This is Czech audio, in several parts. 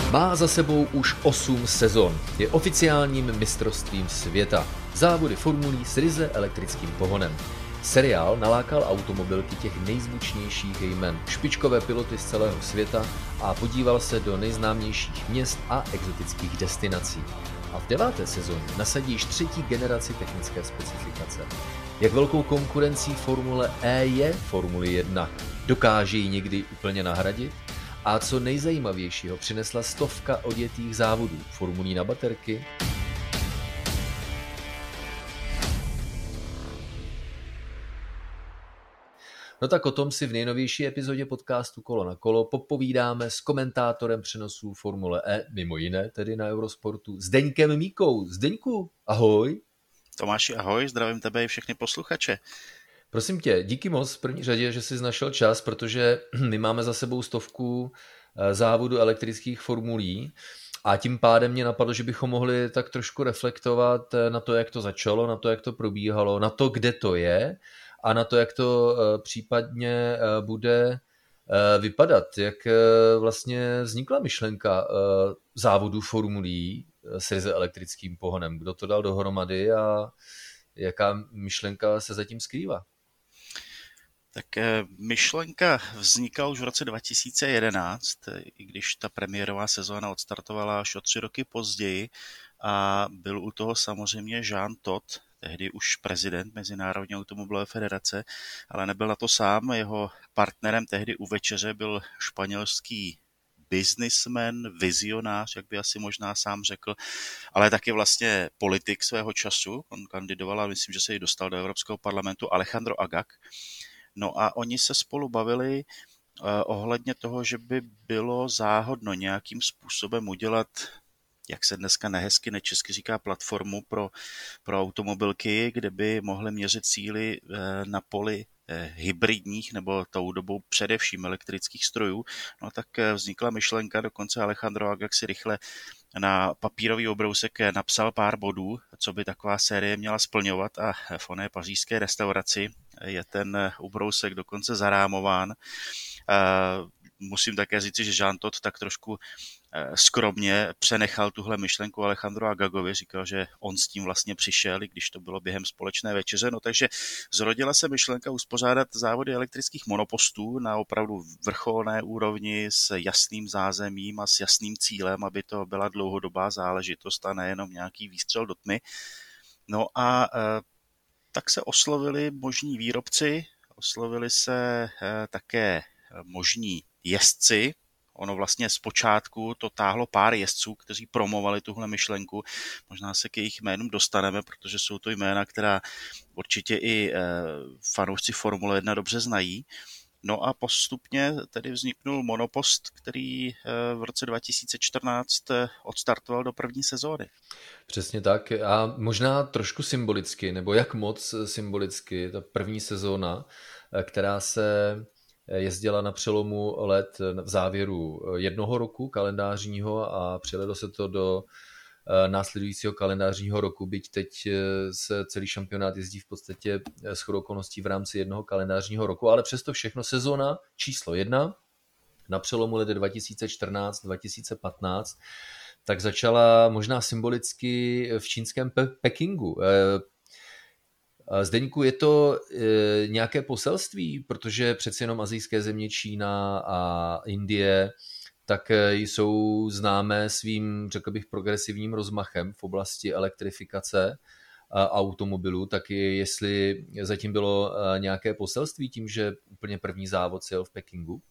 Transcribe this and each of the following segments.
Má za sebou už 8 sezon. Je oficiálním mistrovstvím světa. Závody formulí s ryze elektrickým pohonem. Seriál nalákal automobilky těch nejzvučnějších jmen, špičkové piloty z celého světa a podíval se do nejznámějších měst a exotických destinací. A v 9. sezóně nasadí již 3. generaci technické specifikace. Jak velkou konkurencí Formule E je Formule 1? Dokáže ji někdy úplně nahradit? A co nejzajímavějšího přinesla 100 odjetých závodů formulí na baterky? No tak o tom si v nejnovější epizodě podcastu Kolo na kolo popovídáme s komentátorem přenosů Formule E, mimo jiné tedy na Eurosportu, Zdeňkem Míkou. Zdeňku, ahoj. Tomáši, ahoj, zdravím tebe i všechny posluchače. Prosím tě, díky moc v první řadě, že jsi našel čas, protože my máme za sebou 100 závodu elektrických formulí a tím pádem mě napadlo, že bychom mohli tak trošku reflektovat na to, jak to začalo, na to, jak to probíhalo, na to, kde to je a na to, jak to případně bude vypadat, jak vlastně vznikla myšlenka závodu formulí s ryze elektrickým pohonem. Kdo to dal dohromady a jaká myšlenka se zatím skrývá? Tak myšlenka vznikla už v roce 2011, i když ta premiérová sezóna odstartovala až o 3 roky později a byl u toho samozřejmě Jean Todt, tehdy už prezident Mezinárodní automobilové federace, ale nebyl na to sám, jeho partnerem tehdy u večeře byl španělský businessman, vizionář, jak by asi možná sám řekl, ale taky vlastně politik svého času. On kandidoval a myslím, že se i dostal do Evropského parlamentu, Alejandro Agag. No a oni se spolu bavili ohledně toho, že by bylo záhodno nějakým způsobem udělat, jak se dneska nehezky nečesky říká, platformu pro automobilky, kde by mohly měřit síly na poli hybridních nebo tou dobou především elektrických strojů. No tak vznikla myšlenka, dokonce Alejandro Agag si rychle na papírový obrousek napsal pár bodů, co by taková série měla splňovat a v oné pařížské restauraci je ten ubrousek dokonce zarámován. Musím také říct, že Jean Todt tak trošku skromně přenechal tuhle myšlenku Alejandro Agagovi, říkal, že on s tím vlastně přišel, i když to bylo během společné večeře. No takže zrodila se myšlenka uspořádat závody elektrických monopostů na opravdu vrcholné úrovni s jasným zázemím a s jasným cílem, aby to byla dlouhodobá záležitost a nejenom nějaký výstřel do tmy. No a tak se oslovili možní výrobci, oslovili se také možní jezdci. Ono vlastně zpočátku to táhlo pár jezdců, kteří promovali tuhle myšlenku. Možná se k jejich jménům dostaneme, protože jsou to jména, která určitě i fanoušci Formule 1 dobře znají. No a postupně tedy vzniknul monopost, který v roce 2014 odstartoval do první sezóny. Přesně tak a možná trošku symbolicky, nebo jak moc symbolicky, ta první sezóna, která se jezdila na přelomu let v závěru jednoho roku kalendářního a převedlo se to do následujícího kalendářního roku, byť teď se celý šampionát jezdí v podstatě shodou okolností v rámci jednoho kalendářního roku, ale přesto všechno sezóna číslo 1 na přelomu let 2014-2015 tak začala možná symbolicky v čínském Pekingu. Zdeňku, je to nějaké poselství, protože přeci jenom asijské země Čína a Indie tak jsou známé svým, řekl bych, progresivním rozmachem v oblasti elektrifikace automobilů, tak jestli zatím bylo nějaké poselství tím, že úplně první závod se jel v Pekingu?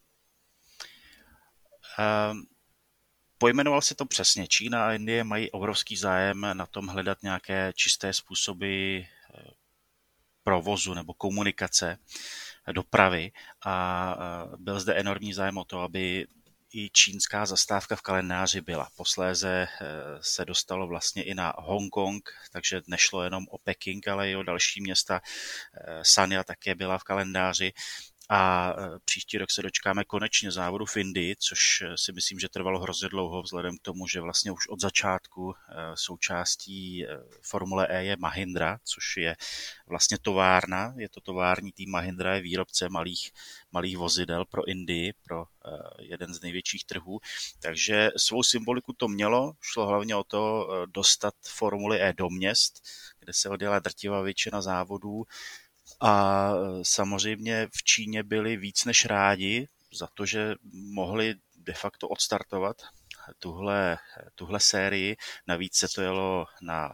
Pojmenoval si to přesně. Čína a Indie mají obrovský zájem na tom hledat nějaké čisté způsoby provozu nebo komunikace, dopravy a byl zde enormní zájem o to, aby i čínská zastávka v kalendáři byla. Posléze se dostalo vlastně i na Hongkong, takže nešlo jenom o Peking, ale i o další města. Sanya také byla v kalendáři a příští rok se dočkáme konečně závodu v Indii, což si myslím, že trvalo hrozně dlouho, vzhledem k tomu, že vlastně už od začátku součástí Formule E je Mahindra, což je vlastně továrna, je to tovární tým Mahindra, je výrobce malých vozidel pro Indii, pro jeden z největších trhů, takže svou symboliku to mělo, šlo hlavně o to dostat Formuli E do měst, kde se odjela drtivá většina závodů. A samozřejmě v Číně byli víc než rádi za to, že mohli de facto odstartovat tuhle sérii. Navíc se to jelo na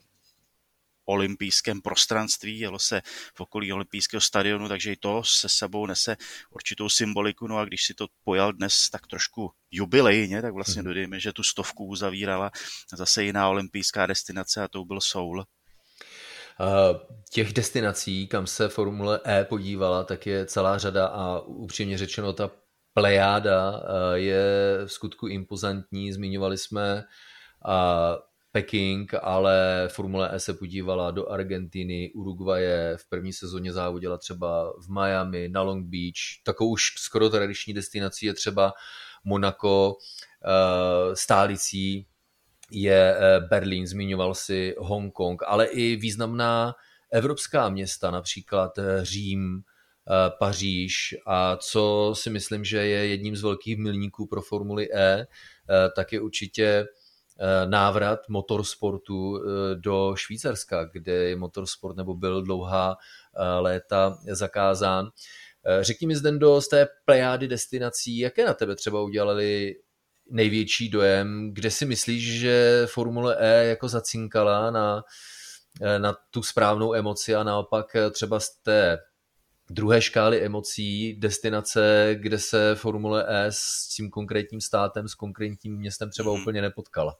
olympijském prostranství, jelo se v okolí olympijského stadionu, takže i to se sebou nese určitou symboliku. No a když si to pojal dnes tak trošku jubilejně, tak vlastně dodejme, že tu 100 uzavírala zase jiná olympijská destinace a to byl Soul. Těch destinací, kam se Formule E podívala, tak je celá řada a upřímně řečeno ta plejáda je v skutku impozantní. Zmiňovali jsme Peking, ale Formule E se podívala do Argentiny, Uruguaye, v první sezóně závodila třeba v Miami, na Long Beach. Takovou už skoro tradiční destinací je třeba Monaco, stálicí je Berlín, zmiňoval si Hongkong, ale i významná evropská města, například Řím, Paříž, a co si myslím, že je jedním z velkých milníků pro Formuli E, tak je určitě návrat motorsportu do Švýcarska, kde je motorsport nebo byl dlouhá léta zakázán. Řekni mi, Zdendo, z té plejády destinací, jaké na tebe třeba udělali největší dojem, kde si myslíš, že Formule E jako zacinkala na tu správnou emoci a naopak třeba z té druhé škály emocí destinace, kde se Formule E s tím konkrétním státem, s konkrétním městem třeba úplně nepotkala?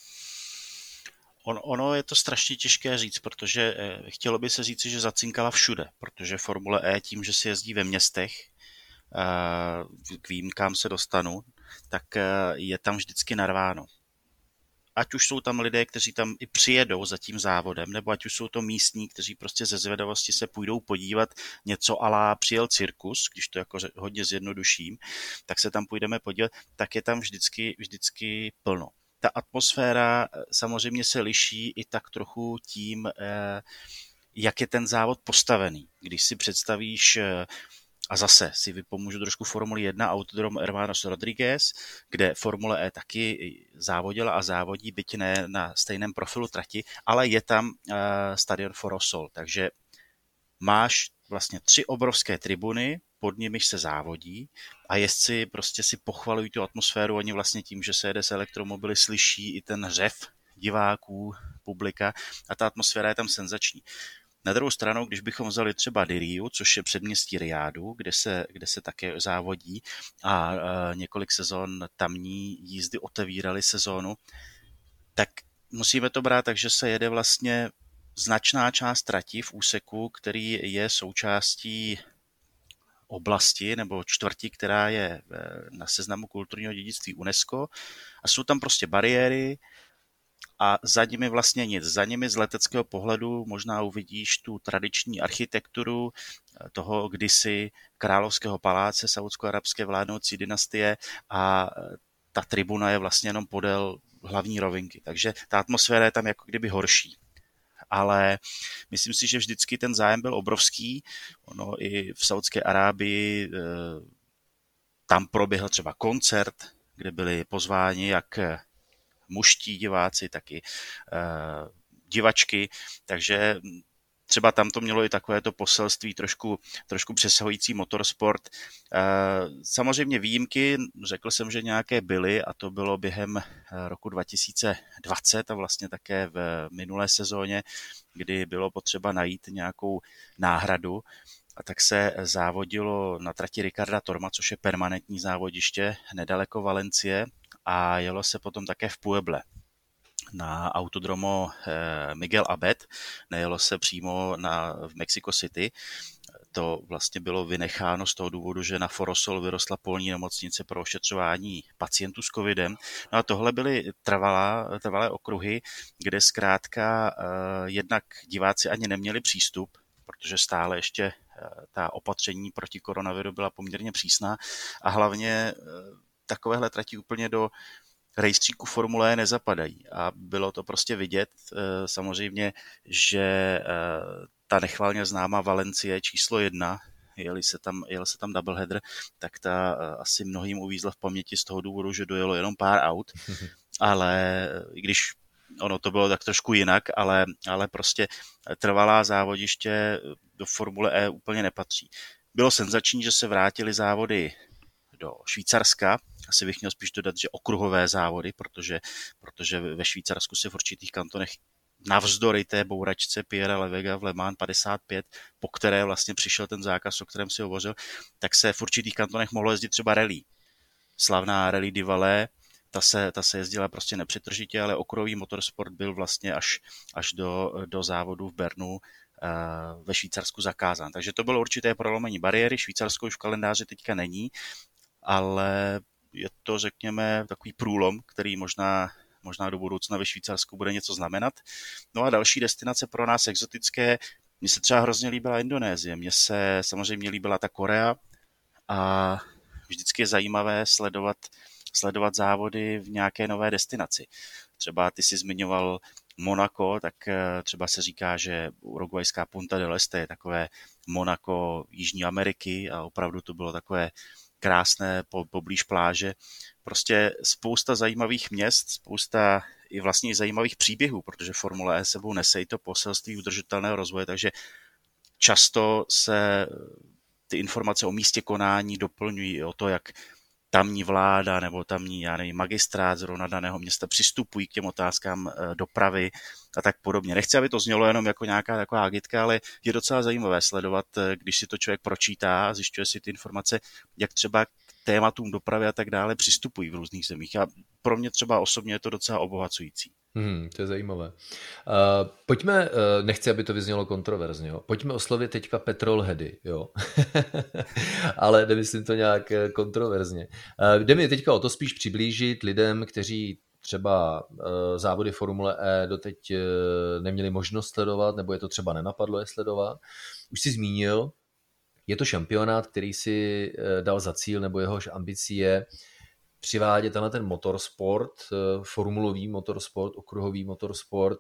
Ono je to strašně těžké říct, protože chtělo by se říct, že zacinkala všude, protože Formule E tím, že se jezdí ve městech, k výjimkám se dostanu, tak je tam vždycky narváno. Ať už jsou tam lidé, kteří tam i přijedou za tím závodem, nebo ať už jsou to místní, kteří prostě ze zvědavosti se půjdou podívat něco alá přijel cirkus, když to jako hodně zjednoduším, tak se tam půjdeme podívat, tak je tam vždycky plno. Ta atmosféra samozřejmě se liší i tak trochu tím, jak je ten závod postavený. Když si představíš, a zase si vypomůžu trošku Formuli 1, Autodrom Hermanos Rodriguez, kde Formule E taky závodila a závodí, byť ne na stejném profilu trati, ale je tam stadion Forosol, takže máš vlastně 3 obrovské tribuny, pod nimiž se závodí a jezdci prostě si pochvalují tu atmosféru, oni vlastně tím, že se jede s elektromobily, slyší i ten řev diváků, publika a ta atmosféra je tam senzační. Na druhou stranu, když bychom vzali třeba Diriu, což je předměstí Riádu, kde se také závodí a několik sezon tamní jízdy otevíraly sezónu, tak musíme to brát tak, že se jede vlastně značná část trati v úseku, který je součástí oblasti nebo čtvrti, která je na seznamu kulturního dědictví UNESCO a jsou tam prostě bariéry a za nimi vlastně nic. Za nimi z leteckého pohledu možná uvidíš tu tradiční architekturu toho kdysi královského paláce saúdsko-arabské vládnoucí dynastie a ta tribuna je vlastně jenom podél hlavní rovinky. Takže ta atmosféra je tam jako kdyby horší. Ale myslím si, že vždycky ten zájem byl obrovský. Ono i v Saúdské Arábii tam proběhl třeba koncert, kde byli pozváni jak mužští diváci, tak i divačky, takže třeba tam to mělo i takovéto poselství trošku přesahující motorsport. Samozřejmě výjimky, řekl jsem, že nějaké byly a to bylo během roku 2020 a vlastně také v minulé sezóně, kdy bylo potřeba najít nějakou náhradu a tak se závodilo na trati Ricarda Torma, což je permanentní závodiště nedaleko Valencie a jelo se potom také v Pueble na autodromo Miguel Abed, nejelo se přímo v Mexico City. To vlastně bylo vynecháno z toho důvodu, že na Forosol vyrostla polní nemocnice pro ošetřování pacientů s covidem. No a tohle byly trvalé okruhy, kde zkrátka jednak diváci ani neměli přístup protože stále ještě ta opatření proti koronaviru byla poměrně přísná a hlavně takovéhle trati úplně do rejstříku Formule E nezapadají a bylo to prostě vidět. Samozřejmě, že ta nechvalně známá Valencie číslo 1, jel se tam doubleheader, tak ta asi mnohým uvízla v paměti z toho důvodu, že dojelo jenom pár aut, ale i když ono to bylo tak trošku jinak, ale prostě trvalá závodiště do Formule E úplně nepatří. Bylo senzační, že se vrátily závody do Švýcarska. Asi bych měl spíš dodat, že okruhové závody, protože ve Švýcarsku se v určitých kantonech navzdory té bouračce Pierre Levega v Le Mans 55, po které vlastně přišel ten zákaz, o kterém si hovořil, tak se v určitých kantonech mohlo jezdit třeba rally. Slavná Rally du Valais, ta se jezdila prostě nepřetržitě, ale okruhový motorsport byl vlastně až do závodu v Bernu ve Švýcarsku zakázán. Takže to bylo určité prolomení bariéry. Švýcarsko už v kalendáři teďka není, ale je to, řekněme, takový průlom, který možná do budoucna ve Švýcarsku bude něco znamenat. No a další destinace pro nás exotické, mně se třeba hrozně líbila Indonésie, mně se samozřejmě líbila ta Korea a vždycky je zajímavé sledovat závody v nějaké nové destinaci. Třeba ty jsi zmiňoval Monako, tak třeba se říká, že uruguajská Punta del Este je takové Monako Jižní Ameriky a opravdu to bylo takové krásné poblíž pláže. Prostě spousta zajímavých měst, spousta i vlastně zajímavých příběhů, protože Formule E sebou nese i to poselství udržitelného rozvoje, takže často se ty informace o místě konání doplňují o to, jak tamní vláda nebo tamní, magistrát zrovna daného města přistupují k těm otázkám dopravy a tak podobně. Nechci, aby to znělo jenom jako nějaká taková agitka, ale je docela zajímavé sledovat, když si to člověk pročítá a zjišťuje si ty informace, jak třeba k tématům dopravy a tak dále přistupují v různých zemích. A pro mě třeba osobně je to docela obohacující. To je zajímavé. Pojďme, nechci, aby to vyznělo kontroverzně, jo. Pojďme oslovit teďka petrolheady, jo. Ale nemyslím to nějak kontroverzně. Jde mi teďka o to spíš přiblížit lidem, kteří třeba závody Formule E doteď neměli možnost sledovat, nebo je to třeba nenapadlo je sledovat. Už si zmínil, je to šampionát, který si dal za cíl, nebo jehož ambicí je přivádět tenhle ten motorsport, formulový motorsport, okruhový motorsport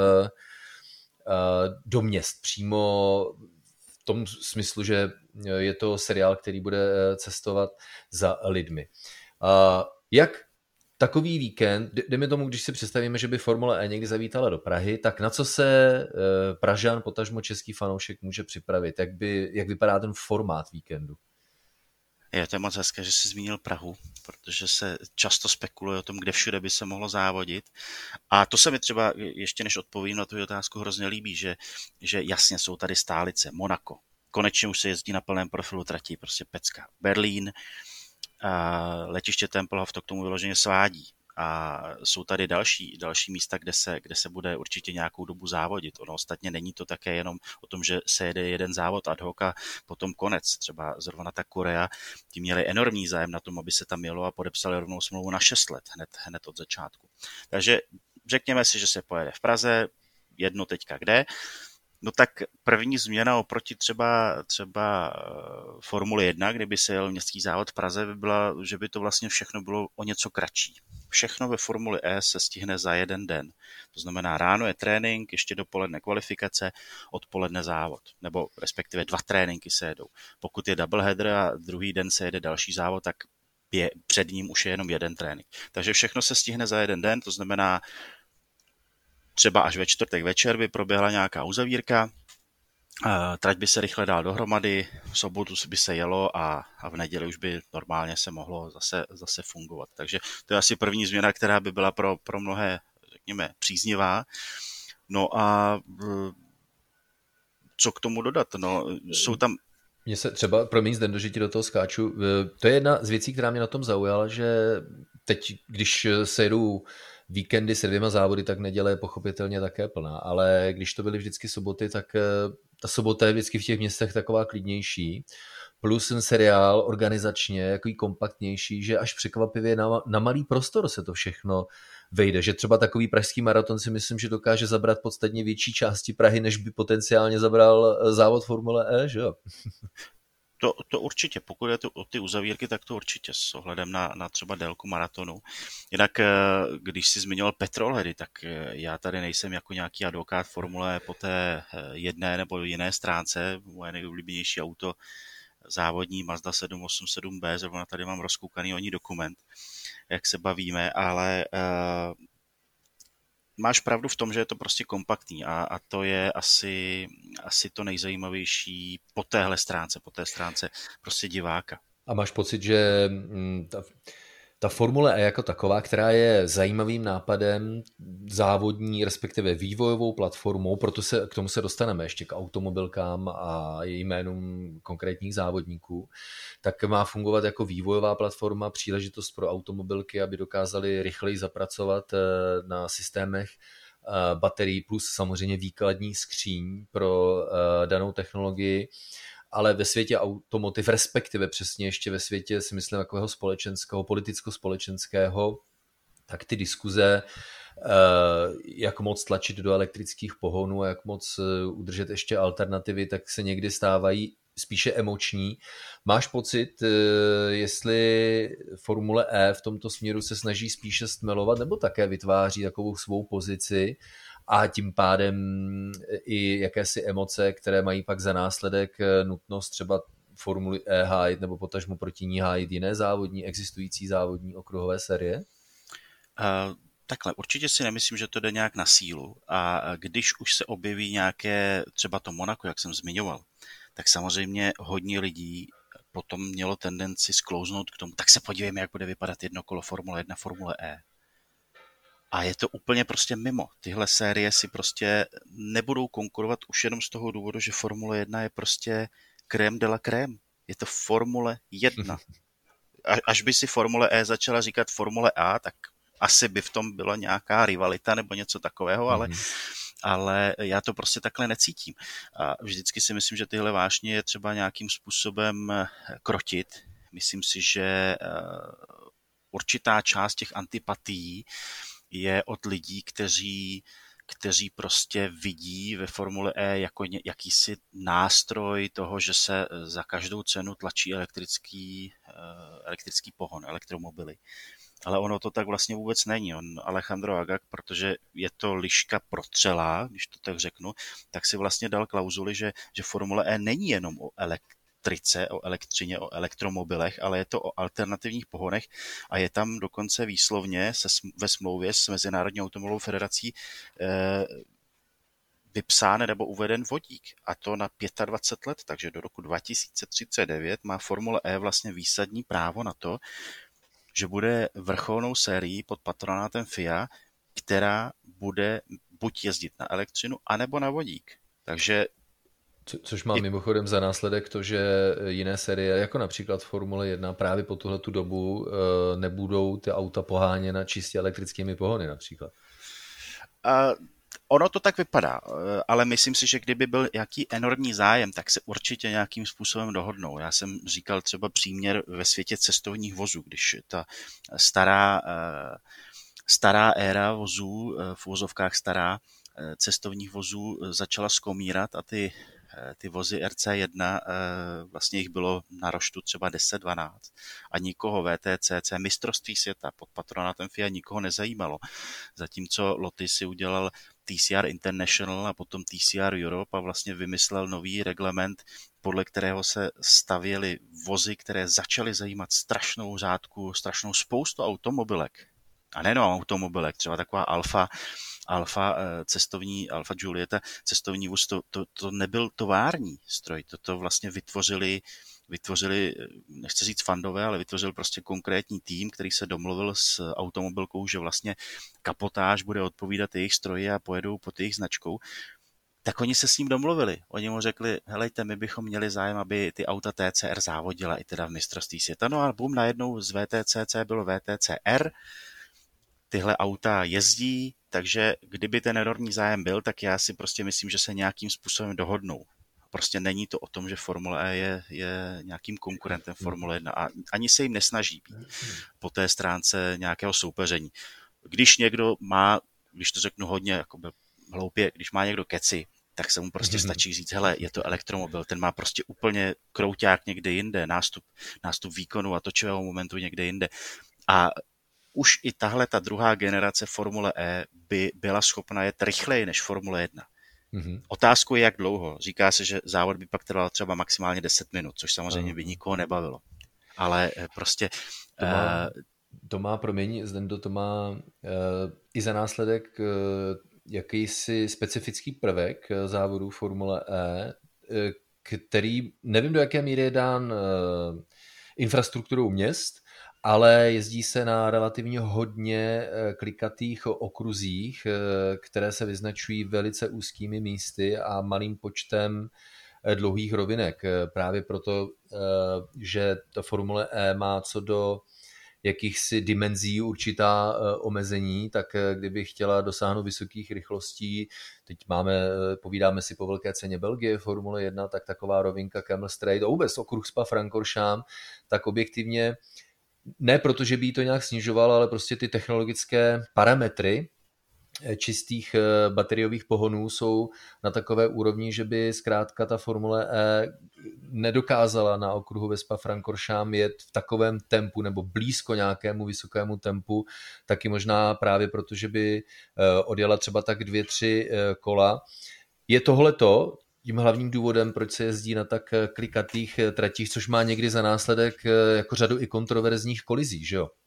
do měst. Přímo v tom smyslu, že je to seriál, který bude cestovat za lidmi. Jak takový víkend, dejme tomu, když si představíme, že by Formule E někdy zavítala do Prahy, tak na co se Pražan, potažmo český fanoušek může připravit? Jak vypadá ten formát víkendu? To je moc hezké, že jsi zmínil Prahu, protože se často spekuluje o tom, kde všude by se mohlo závodit. A to se mi třeba, ještě než odpovím na tu otázku, hrozně líbí, že jasně jsou tady stálice, Monako. Konečně už se jezdí na plném profilu tratí, prostě pecka. Berlín, letiště Tempelhof to k tomu vyloženě svádí. A jsou tady další místa, kde se bude určitě nějakou dobu závodit. Ono ostatně není to také jenom o tom, že se jede jeden závod ad hoc a potom konec. Třeba zrovna ta Korea, ti měli enormní zájem na tom, aby se tam jelo a podepsali rovnou smlouvu na 6 let, hned od začátku. Takže řekněme si, že se pojede v Praze, jedno teďka kde. No tak první změna oproti třeba Formule 1, kdyby se jel městský závod v Praze, by byla, že by to vlastně všechno bylo o něco kratší. Všechno ve Formuli E se stihne za jeden den. To znamená, ráno je trénink, ještě dopoledne kvalifikace, odpoledne závod. Nebo respektive 2 tréninky se jedou. Pokud je doubleheader a druhý den se jede další závod, tak před ním už je jenom jeden trénink. Takže všechno se stihne za jeden den, to znamená, třeba až ve čtvrtek večer by proběhla nějaká uzavírka, trať by se rychle dal dohromady, v sobotu by se jelo a v neděli už by normálně se mohlo zase fungovat. Takže to je asi první změna, která by byla pro mnohé, řekněme, příznivá. No a co k tomu dodat? No, jsou tam... Mně se třeba, promiň, Zdendo, že ti do toho skáču, to je jedna z věcí, která mě na tom zaujala, že teď, když se jedou víkendy se 2 závody, tak neděle je pochopitelně také plná, ale když to byly vždycky soboty, tak ta sobota je vždycky v těch městech taková klidnější, plus ten seriál organizačně jako kompaktnější, že až překvapivě na malý prostor se to všechno vejde, že třeba takový pražský maraton si myslím, že dokáže zabrat podstatně větší části Prahy, než by potenciálně zabral závod Formule E, že jo? To určitě, pokud je to o ty uzavírky, tak to určitě s ohledem na třeba délku maratonu. Jinak, když jsi zmiňoval petrolheady, tak já tady nejsem jako nějaký advokát Formule po té jedné nebo jiné stránce. Moje nejoblíbenější auto závodní Mazda 787B, zrovna tady mám rozkoukaný o ní dokument, jak se bavíme, ale máš pravdu v tom, že je to prostě kompaktní a to je asi to nejzajímavější po téhle stránce, po té stránce prostě diváka. A máš pocit, že ta Formule E jako taková, která je zajímavým nápadem, závodní, respektive vývojovou platformou, proto k tomu se dostaneme ještě k automobilkám a jménům konkrétních závodníků, tak má fungovat jako vývojová platforma, příležitost pro automobilky, aby dokázali rychleji zapracovat na systémech baterií plus samozřejmě výkladní skříň pro danou technologii, ale ve světě automotiv, respektive přesně ještě ve světě, si myslím, takového společenského, politicko-společenského, tak ty diskuze, jak moc tlačit do elektrických pohonů a jak moc udržet ještě alternativy, tak se někdy stávají spíše emoční. Máš pocit, jestli Formule E v tomto směru se snaží spíše stmelovat, nebo také vytváří takovou svou pozici a tím pádem i jakési emoce, které mají pak za následek nutnost třeba Formuli E hájit nebo potažmo proti ní hájit jiné existující závodní okruhové série? Takhle, určitě si nemyslím, že to jde nějak na sílu a když už se objeví nějaké, třeba to Monako, jak jsem zmiňoval, tak samozřejmě hodně lidí potom mělo tendenci sklouznout k tomu, tak se podívejme, jak bude vypadat jedno kolo Formule 1, Formule E. A je to úplně prostě mimo. Tyhle série si prostě nebudou konkurovat už jenom z toho důvodu, že Formule 1 je prostě crème de la crème. Je to Formule 1. Až by si Formule E začala říkat Formule A, tak asi by v tom byla nějaká rivalita nebo něco takového, ale já to prostě takhle necítím. A vždycky si myslím, že tyhle vášně je třeba nějakým způsobem krotit. Myslím si, že určitá část těch antipatií je od lidí, kteří prostě vidí ve Formule E jako jakýsi nástroj toho, že se za každou cenu tlačí elektrický pohon, elektromobily. Ale ono to tak vlastně vůbec není. Alejandro Agag, protože je to liška protřelá, když to tak řeknu, tak si vlastně dal klauzuli, že Formule E není jenom o elektrice, o elektřině, o elektromobilech, ale je to o alternativních pohonech a je tam dokonce výslovně ve smlouvě s Mezinárodní automobilovou federací vypsán nebo uveden vodík, a to na 25 let, takže do roku 2039 má Formule E vlastně výsadní právo na to, že bude vrcholnou sérií pod patronátem FIA, která bude buď jezdit na elektřinu, anebo na vodík. Takže což má mimochodem za následek to, že jiné série, jako například Formule 1, právě po tuhletu dobu nebudou ty auta poháněna čistě elektrickými pohony například. Ono to tak vypadá, ale myslím si, že kdyby byl nějaký enormní zájem, tak se určitě nějakým způsobem dohodnou. Já jsem říkal třeba příměr ve světě cestovních vozů, když ta stará éra vozů, v vozovkách stará, cestovních vozů začala skomírat a ty vozy RC1, vlastně jich bylo na roštu třeba 10-12 a nikoho VTCC, mistrovství světa pod patronátem FIA nikoho nezajímalo. Zatímco Lotus si udělal TCR International a potom TCR Europe a vlastně vymyslel nový reglement, podle kterého se stavěly vozy, které začaly zajímat strašnou řádku, strašnou spoustu automobilek. A nejenom automobilek, třeba taková Alfa Giulietta, cestovní vůz, to nebyl tovární stroj, to vlastně vytvořili, nechci říct fandové, ale vytvořil prostě konkrétní tým, který se domluvil s automobilkou, že vlastně kapotáž bude odpovídat jejich stroji a pojedou pod jejich značkou. Tak oni se s ním domluvili. Oni mu řekli, helejte, my bychom měli zájem, aby ty auta TCR závodila i teda v mistrovství světa. No a bum, najednou z VTCC bylo VTCR, tyhle auta jezdí, takže kdyby ten enormní zájem byl, tak já si prostě myslím, že se nějakým způsobem dohodnou. Prostě není to o tom, že Formule E je nějakým konkurentem Formule 1 a ani se jim nesnaží být po té stránce nějakého soupeření. Když někdo má, když to řeknu hodně jakoby hloupě, když má někdo keci, tak se mu prostě stačí říct, hele, je to elektromobil, ten má prostě úplně krouťák někde jinde, nástup výkonu a točivého momentu někde jinde. A už i tahle ta druhá generace Formule E by byla schopna jet rychleji než Formule 1. Otázkou je, jak dlouho. Říká se, že závod by pak trval třeba maximálně 10 minut, což samozřejmě by nikoho nebavilo. Ale prostě... To má, promiň, Zdendo, to má i za následek jakýsi specifický prvek závodu Formule E, který nevím, do jaké míry je dán infrastrukturou měst, ale jezdí se na relativně hodně klikatých okruzích, které se vyznačují velice úzkými místy a malým počtem dlouhých rovinek. Právě proto, že ta Formule E má co do jakýchsi dimenzí určitá omezení, tak kdyby chtěla dosáhnout vysokých rychlostí, teď povídáme si po velké ceně Belgie, Formule 1, tak taková rovinka Camel Straight a vůbec okruh Spa-Francorchamps, tak objektivně ne proto, že by to nějak snižoval, ale prostě ty technologické parametry čistých bateriových pohonů jsou na takové úrovni, že by zkrátka ta Formule E nedokázala na okruhu ve Spa-Francorchamps jet v takovém tempu nebo blízko nějakému vysokému tempu, taky možná právě proto, že by odjela třeba tak 2-3 kola. Je tohleto tím hlavním důvodem, proč se jezdí na tak klikatých tratích, což má někdy za následek jako řadu i kontroverzních kolizí, že jo?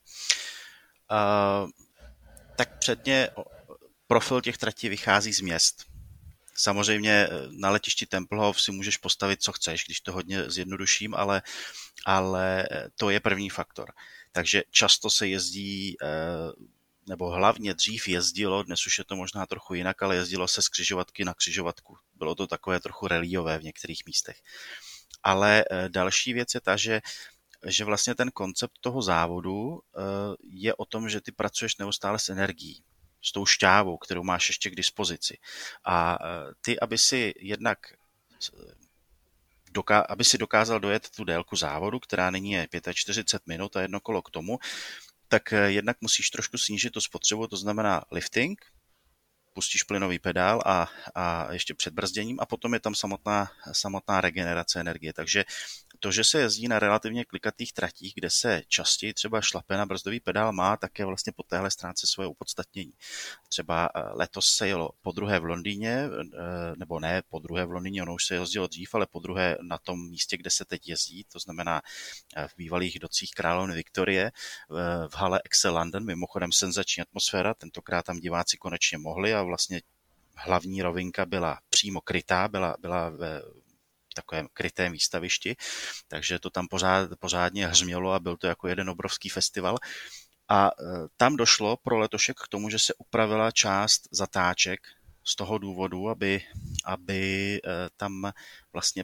Tak předně profil těch tratí vychází z měst. Samozřejmě na letišti Tempelhof si můžeš postavit, co chceš, když to hodně zjednoduším, ale to je první faktor. Takže často se jezdí, nebo hlavně dřív jezdilo, dnes už je to možná trochu jinak, ale jezdilo se z křižovatky na křižovatku. Bylo to takové trochu reliové v některých místech. Ale další věc je ta, že vlastně ten koncept toho závodu je o tom, že ty pracuješ neustále s energií, s tou šťávou, kterou máš ještě k dispozici. A ty, aby si dokázal dojet tu délku závodu, která nyní je 45 minut a jedno kolo k tomu, tak jednak musíš trošku snížit tu spotřebu, to znamená lifting, pustíš plynový pedál a ještě před brzděním a potom je tam samotná regenerace energie. Takže to, že se jezdí na relativně klikatých tratích, kde se častěji třeba šlape na brzdový pedál, má také vlastně po téhle stránce svoje opodstatnění. Třeba letos se jelo podruhé v Londýně, nebo ne podruhé v Londýně, ono už se jezdilo dřív, ale podruhé na tom místě, kde se teď jezdí, to znamená v bývalých docích královny Viktorie, v hale Excel London, mimochodem senzační atmosféra, tentokrát tam diváci konečně mohli a vlastně hlavní rovinka byla přímo krytá, byla ve takovém krytém výstavišti, takže to tam pořádně hřmělo a byl to jako jeden obrovský festival. A tam došlo pro letošek k tomu, že se upravila část zatáček z toho důvodu, aby tam vlastně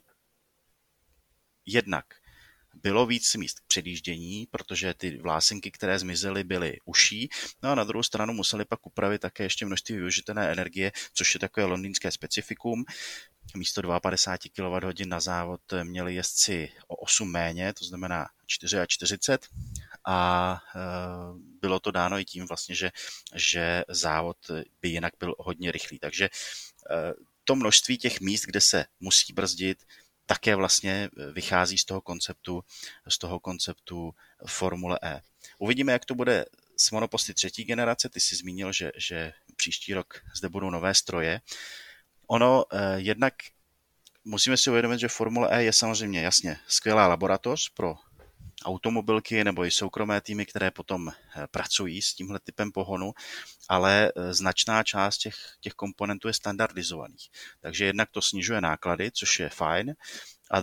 jednak bylo víc míst k předjíždění, protože ty vlásenky, které zmizely, byly uší. No a na druhou stranu museli pak upravit také ještě množství využitelné energie, což je takové londýnské specifikum. Místo 52 kWh na závod měli jezdci o 8 méně, to znamená 44 a bylo to dáno i tím vlastně, že závod by jinak byl hodně rychlý. Takže to množství těch míst, kde se musí brzdit, také vlastně vychází z toho konceptu Formule E. Uvidíme, jak to bude s monoposty třetí generace. Ty jsi zmínil, že příští rok zde budou nové stroje. Ono jednak musíme si uvědomit, že Formule E je samozřejmě jasně skvělá laboratoř pro automobilky nebo i soukromé týmy, které potom pracují s tímhle typem pohonu, ale značná část těch komponentů je standardizovaných. Takže jednak to snižuje náklady, což je fajn. A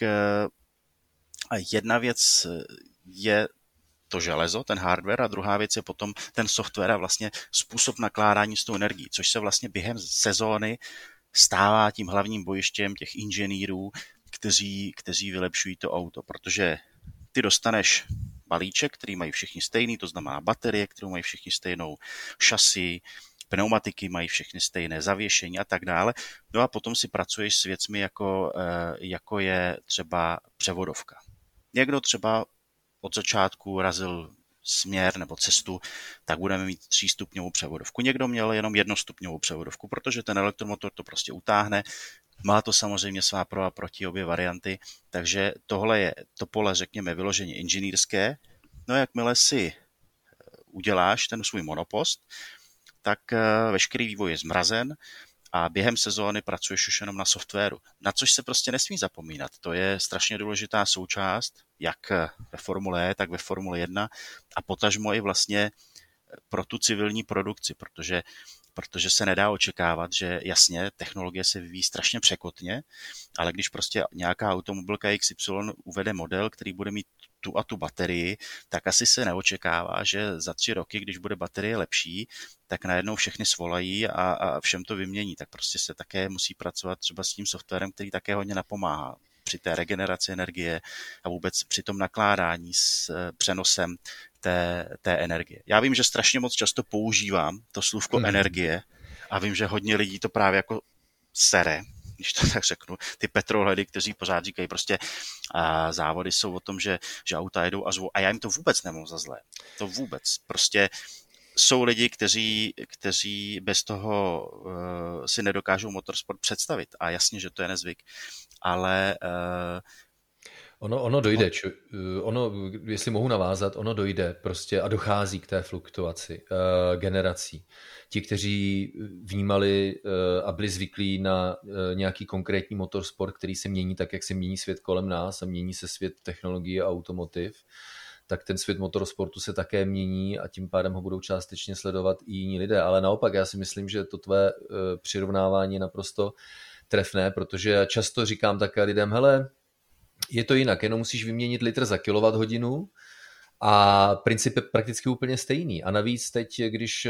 jedna věc je to železo, ten hardware, a druhá věc je potom ten software a vlastně způsob nakládání s tou energií, což se vlastně během sezóny stává tím hlavním bojištěm těch inženýrů, kteří vylepšují to auto, protože ty dostaneš balíček, který mají všichni stejný, to znamená baterie, kterou mají všichni stejnou, šasy, pneumatiky mají všechny stejné, zavěšení a tak dále. No a potom si pracuješ s věcmi, jako je třeba převodovka. Někdo třeba od začátku razil směr nebo cestu, tak budeme mít 3stupňovou převodovku. Někdo měl jenom 1stupňovou převodovku, protože ten elektromotor to prostě utáhne. Má to samozřejmě svá pro a proti obě varianty, takže tohle je to pole, řekněme, vyloženě inženýrské. No jakmile si uděláš ten svůj monopost, tak veškerý vývoj je zmrazen a během sezóny pracuješ už jenom na softwaru, na což se prostě nesmí zapomínat. To je strašně důležitá součást, jak ve Formule E, tak ve Formule 1 a potažmo i vlastně pro tu civilní produkci, protože se nedá očekávat, že jasně, technologie se vyvíjí strašně překotně, ale když prostě nějaká automobilka XY uvede model, který bude mít tu a tu baterii, tak asi se neočekává, že za 3 roky, když bude baterie lepší, tak najednou všechny svolají a všem to vymění. Tak prostě se také musí pracovat třeba s tím softwarem, který také hodně napomáhá při té regeneraci energie a vůbec při tom nakládání s přenosem té energie. Já vím, že strašně moc často používám to slůvko energie a vím, že hodně lidí to právě jako sere, když to tak řeknu, ty petrolheady, kteří pořád říkají prostě závody jsou o tom, že auta jedou a zvou a já jim to vůbec nemám za zlé. To vůbec. Prostě jsou lidi, kteří bez toho si nedokážou motorsport představit a jasně, že to je nezvyk, ale Ono dojde, jestli mohu navázat, ono dojde prostě a dochází k té fluktuaci generací. Ti, kteří vnímali a byli zvyklí na nějaký konkrétní motorsport, který se mění tak, jak se mění svět kolem nás a mění se svět technologií a automotiv, tak ten svět motorsportu se také mění a tím pádem ho budou částečně sledovat i jiní lidé. Ale naopak já si myslím, že to tvé přirovnávání je naprosto trefné, protože já často říkám také lidem, hele, je to jinak, jenom musíš vyměnit litr za kilowatthodinu a princip je prakticky úplně stejný. A navíc teď, když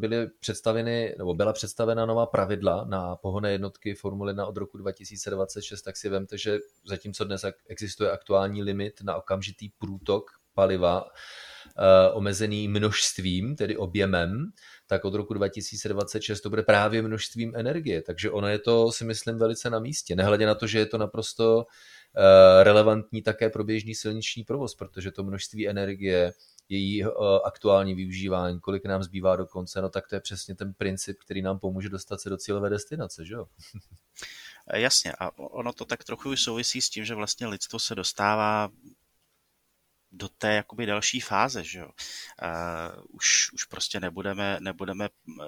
byla představena nová pravidla na pohonné jednotky Formule 1 od roku 2026, tak si vemte, že zatímco dnes existuje aktuální limit na okamžitý průtok paliva, omezený množstvím, tedy objemem, tak od roku 2026 to bude právě množstvím energie. Takže ono je to, si myslím, velice na místě. Nehledě na to, že je to naprosto relevantní také pro běžný silniční provoz, protože to množství energie, její aktuální využívání, kolik nám zbývá do konce, no tak to je přesně ten princip, který nám pomůže dostat se do cílové destinace, že jo? Jasně, a ono to tak trochu souvisí s tím, že vlastně lidstvo se dostává do té jakoby další fáze, že jo. Už prostě nebudeme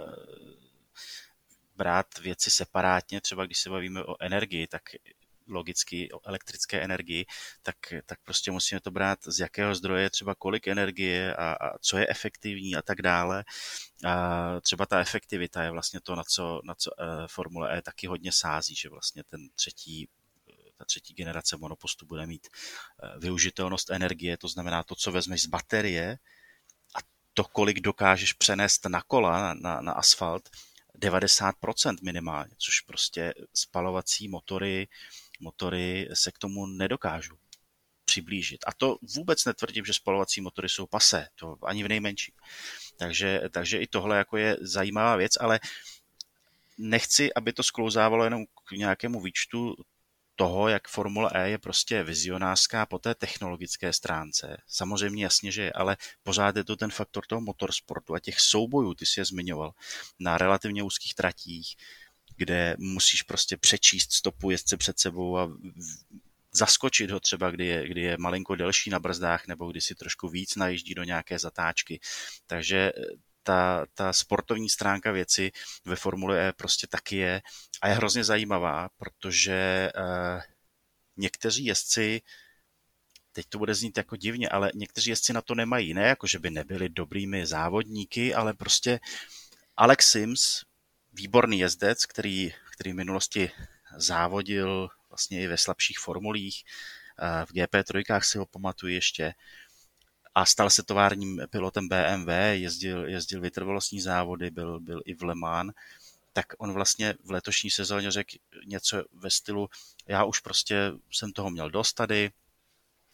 brát věci separátně, třeba když se bavíme o energii, tak logicky o elektrické energii, tak prostě musíme to brát z jakého zdroje, třeba kolik energie a co je efektivní a tak dále. A třeba ta efektivita je vlastně to, na co Formule E taky hodně sází, že vlastně ta třetí generace monopostu bude mít využitelnost energie, to znamená to, co vezmeš z baterie a to, kolik dokážeš přenést na kola, na asfalt, 90% minimálně, což prostě spalovací motory se k tomu nedokážou přiblížit. A to vůbec netvrdím, že spalovací motory jsou pasé, to ani v nejmenším. Takže i tohle jako je zajímavá věc, ale nechci, aby to sklouzávalo jenom k nějakému výčtu toho, jak Formule E je prostě vizionářská po té technologické stránce. Samozřejmě jasně, že je, ale pořád je to ten faktor toho motorsportu a těch soubojů, ty si je zmiňoval, na relativně úzkých tratích, kde musíš prostě přečíst stopu jezdce před sebou a zaskočit ho třeba, kdy je malinko delší na brzdách nebo kdy si trošku víc najíždí do nějaké zatáčky. Takže ta sportovní stránka věci ve Formule E prostě taky je a je hrozně zajímavá, protože někteří jezdci, teď to bude znít jako divně, ale někteří jezdci na to nemají. Ne jako, že by nebyli dobrými závodníky, ale prostě Alex Sims, výborný jezdec, který v minulosti závodil vlastně i ve slabších formulích, v GP3 si ho pamatuju ještě, a stal se továrním pilotem BMW, jezdil vytrvalostní závody, byl i v Le Mans, tak on vlastně v letošní sezóně řekl něco ve stylu, já už prostě jsem toho měl dost tady,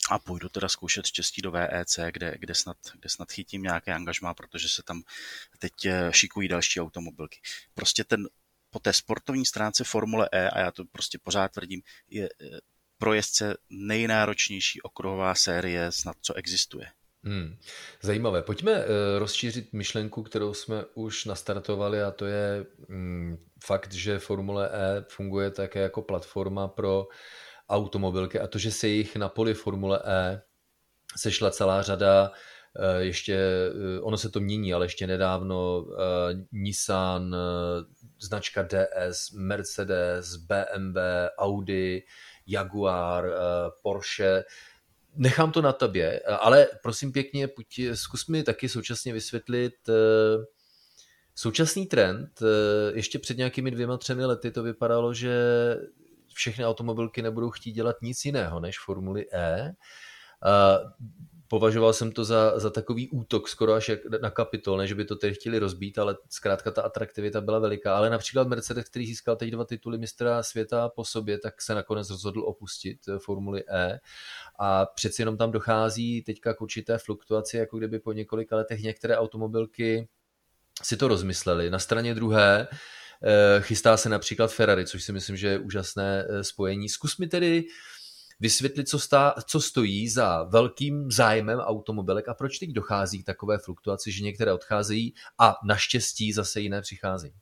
a půjdu teda zkoušet štěstí do VEC, kde snad chytím nějaké angažmá, protože se tam teď šikují další automobilky. Prostě po té sportovní stránce Formule E, a já to prostě pořád tvrdím, je pro jezdce nejnáročnější okruhová série snad, co existuje. Zajímavé. Pojďme rozšířit myšlenku, kterou jsme už nastartovali, a to je fakt, že Formule E funguje také jako platforma pro automobilky, a to, že se jich na poli Formule E sešla celá řada, ještě, ono se to mění, ale ještě nedávno Nissan, značka DS, Mercedes, BMW, Audi, Jaguar, Porsche. Nechám to na tobě, ale prosím pěkně, zkus mi taky současně vysvětlit současný trend. Ještě před nějakými 2-3 lety to vypadalo, že všechny automobilky nebudou chtít dělat nic jiného než Formuli E. Považoval jsem to za takový útok skoro až na Kapitol, ne, že by to tedy chtěli rozbít, ale zkrátka ta atraktivita byla veliká. Ale například Mercedes, který získal teď 2 tituly mistra světa po sobě, tak se nakonec rozhodl opustit Formuli E a přeci jenom tam dochází teďka k určité fluktuaci, jako kdyby po několika letech některé automobilky si to rozmysleli. Na straně druhé chystá se například Ferrari, což si myslím, že je úžasné spojení. Zkus mi tedy vysvětlit, co stojí za velkým zájmem automobilek a proč teď dochází k takové fluktuaci, že některé odcházejí a naštěstí zase jiné přicházejí.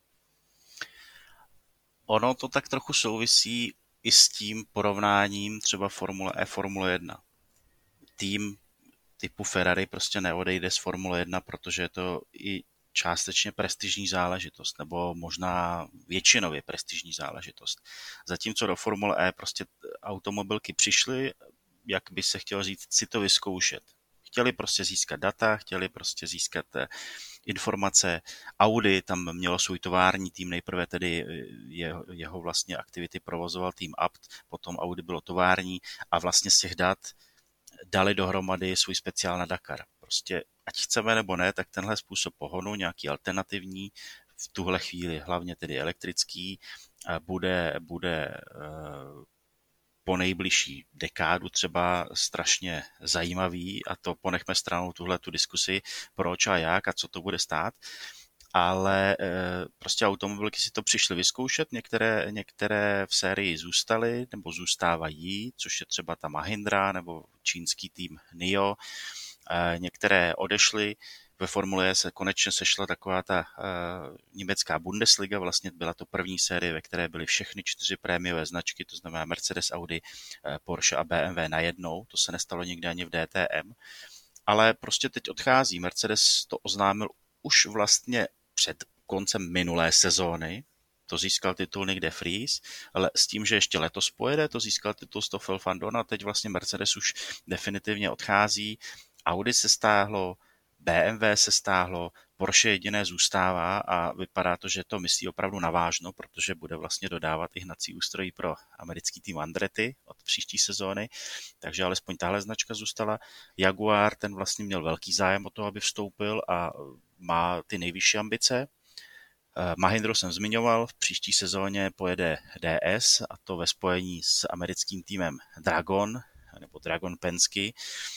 Ono to tak trochu souvisí i s tím porovnáním třeba Formule E, Formule 1. Tým typu Ferrari prostě neodejde z Formule 1, protože je to i částečně prestižní záležitost, nebo možná většinově prestižní záležitost. Zatímco do Formule E prostě automobilky přišly, jak by se chtělo říct, si to vyzkoušet. Chtěli prostě získat data, chtěli prostě získat informace. Audi tam mělo svůj tovární tým, nejprve tedy jeho vlastně aktivity provozoval tým Abt, potom Audi bylo tovární a vlastně z těch dat dali dohromady svůj speciál na Dakar. Prostě ať chceme nebo ne, tak tenhle způsob pohonu, nějaký alternativní, v tuhle chvíli hlavně tedy elektrický, bude po nejbližší dekádu třeba strašně zajímavý, a to ponechme stranou tu diskusi, proč a jak a co to bude stát. Ale prostě automobilky si to přišly vyzkoušet, některé v sérii zůstaly nebo zůstávají, což je třeba ta Mahindra nebo čínský tým NIO, některé odešly. Ve Formule E se konečně sešla taková ta německá Bundesliga, vlastně byla to první série, ve které byly všechny 4 prémiové značky, to znamená Mercedes, Audi, Porsche a BMW najednou, to se nestalo nikdy ani v DTM, ale prostě teď odchází. Mercedes to oznámil už vlastně před koncem minulé sezóny, to získal titul Nick de Vries, ale s tím, že ještě letos pojede, to získal titul Stoffel van Dorn a teď vlastně Mercedes už definitivně odchází. Audi se stáhlo, BMW se stáhlo, Porsche jediné zůstává a vypadá to, že to myslí opravdu navážno, protože bude vlastně dodávat i hnací ústrojí pro americký tým Andretti od příští sezóny, takže alespoň tahle značka zůstala. Jaguar, ten vlastně měl velký zájem o to, aby vstoupil a má ty nejvyšší ambice. Mahindru jsem zmiňoval, v příští sezóně pojede DS a to ve spojení s americkým týmem Dragon nebo Dragon Penske.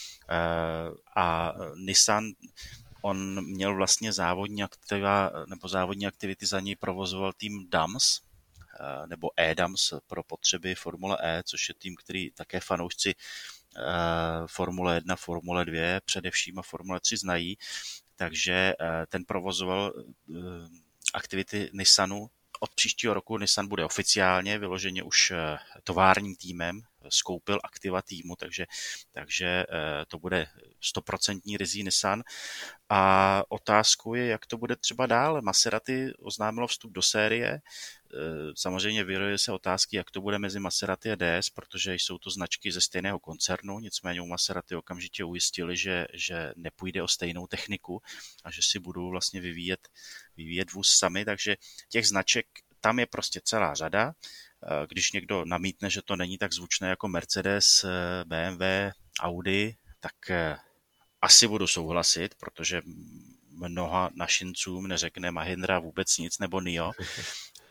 A Nissan, on měl vlastně závodní aktivity za něj provozoval tým DAMS nebo E-DAMS pro potřeby Formule E, což je tým, který také fanoušci Formule 1, Formule 2 především a Formule 3 znají, takže ten provozoval aktivity Nissanu. Od příštího roku Nissan bude oficiálně vyloženě už továrním týmem, skoupil aktiva týmu, takže to bude 100% ryzí Nissan. A otázkou je, jak to bude třeba dál. Maserati oznámilo vstup do série. Samozřejmě vyrojuje se otázky, jak to bude mezi Maserati a DS, protože jsou to značky ze stejného koncernu, nicméně u Maserati okamžitě ujistili, že nepůjde o stejnou techniku a že si budou vlastně vyvíjet vůz sami, takže těch značek tam je prostě celá řada. Když někdo namítne, že to není tak zvučné jako Mercedes, BMW, Audi, tak asi budu souhlasit, protože mnoha našincům neřekne Mahindra vůbec nic nebo NIO,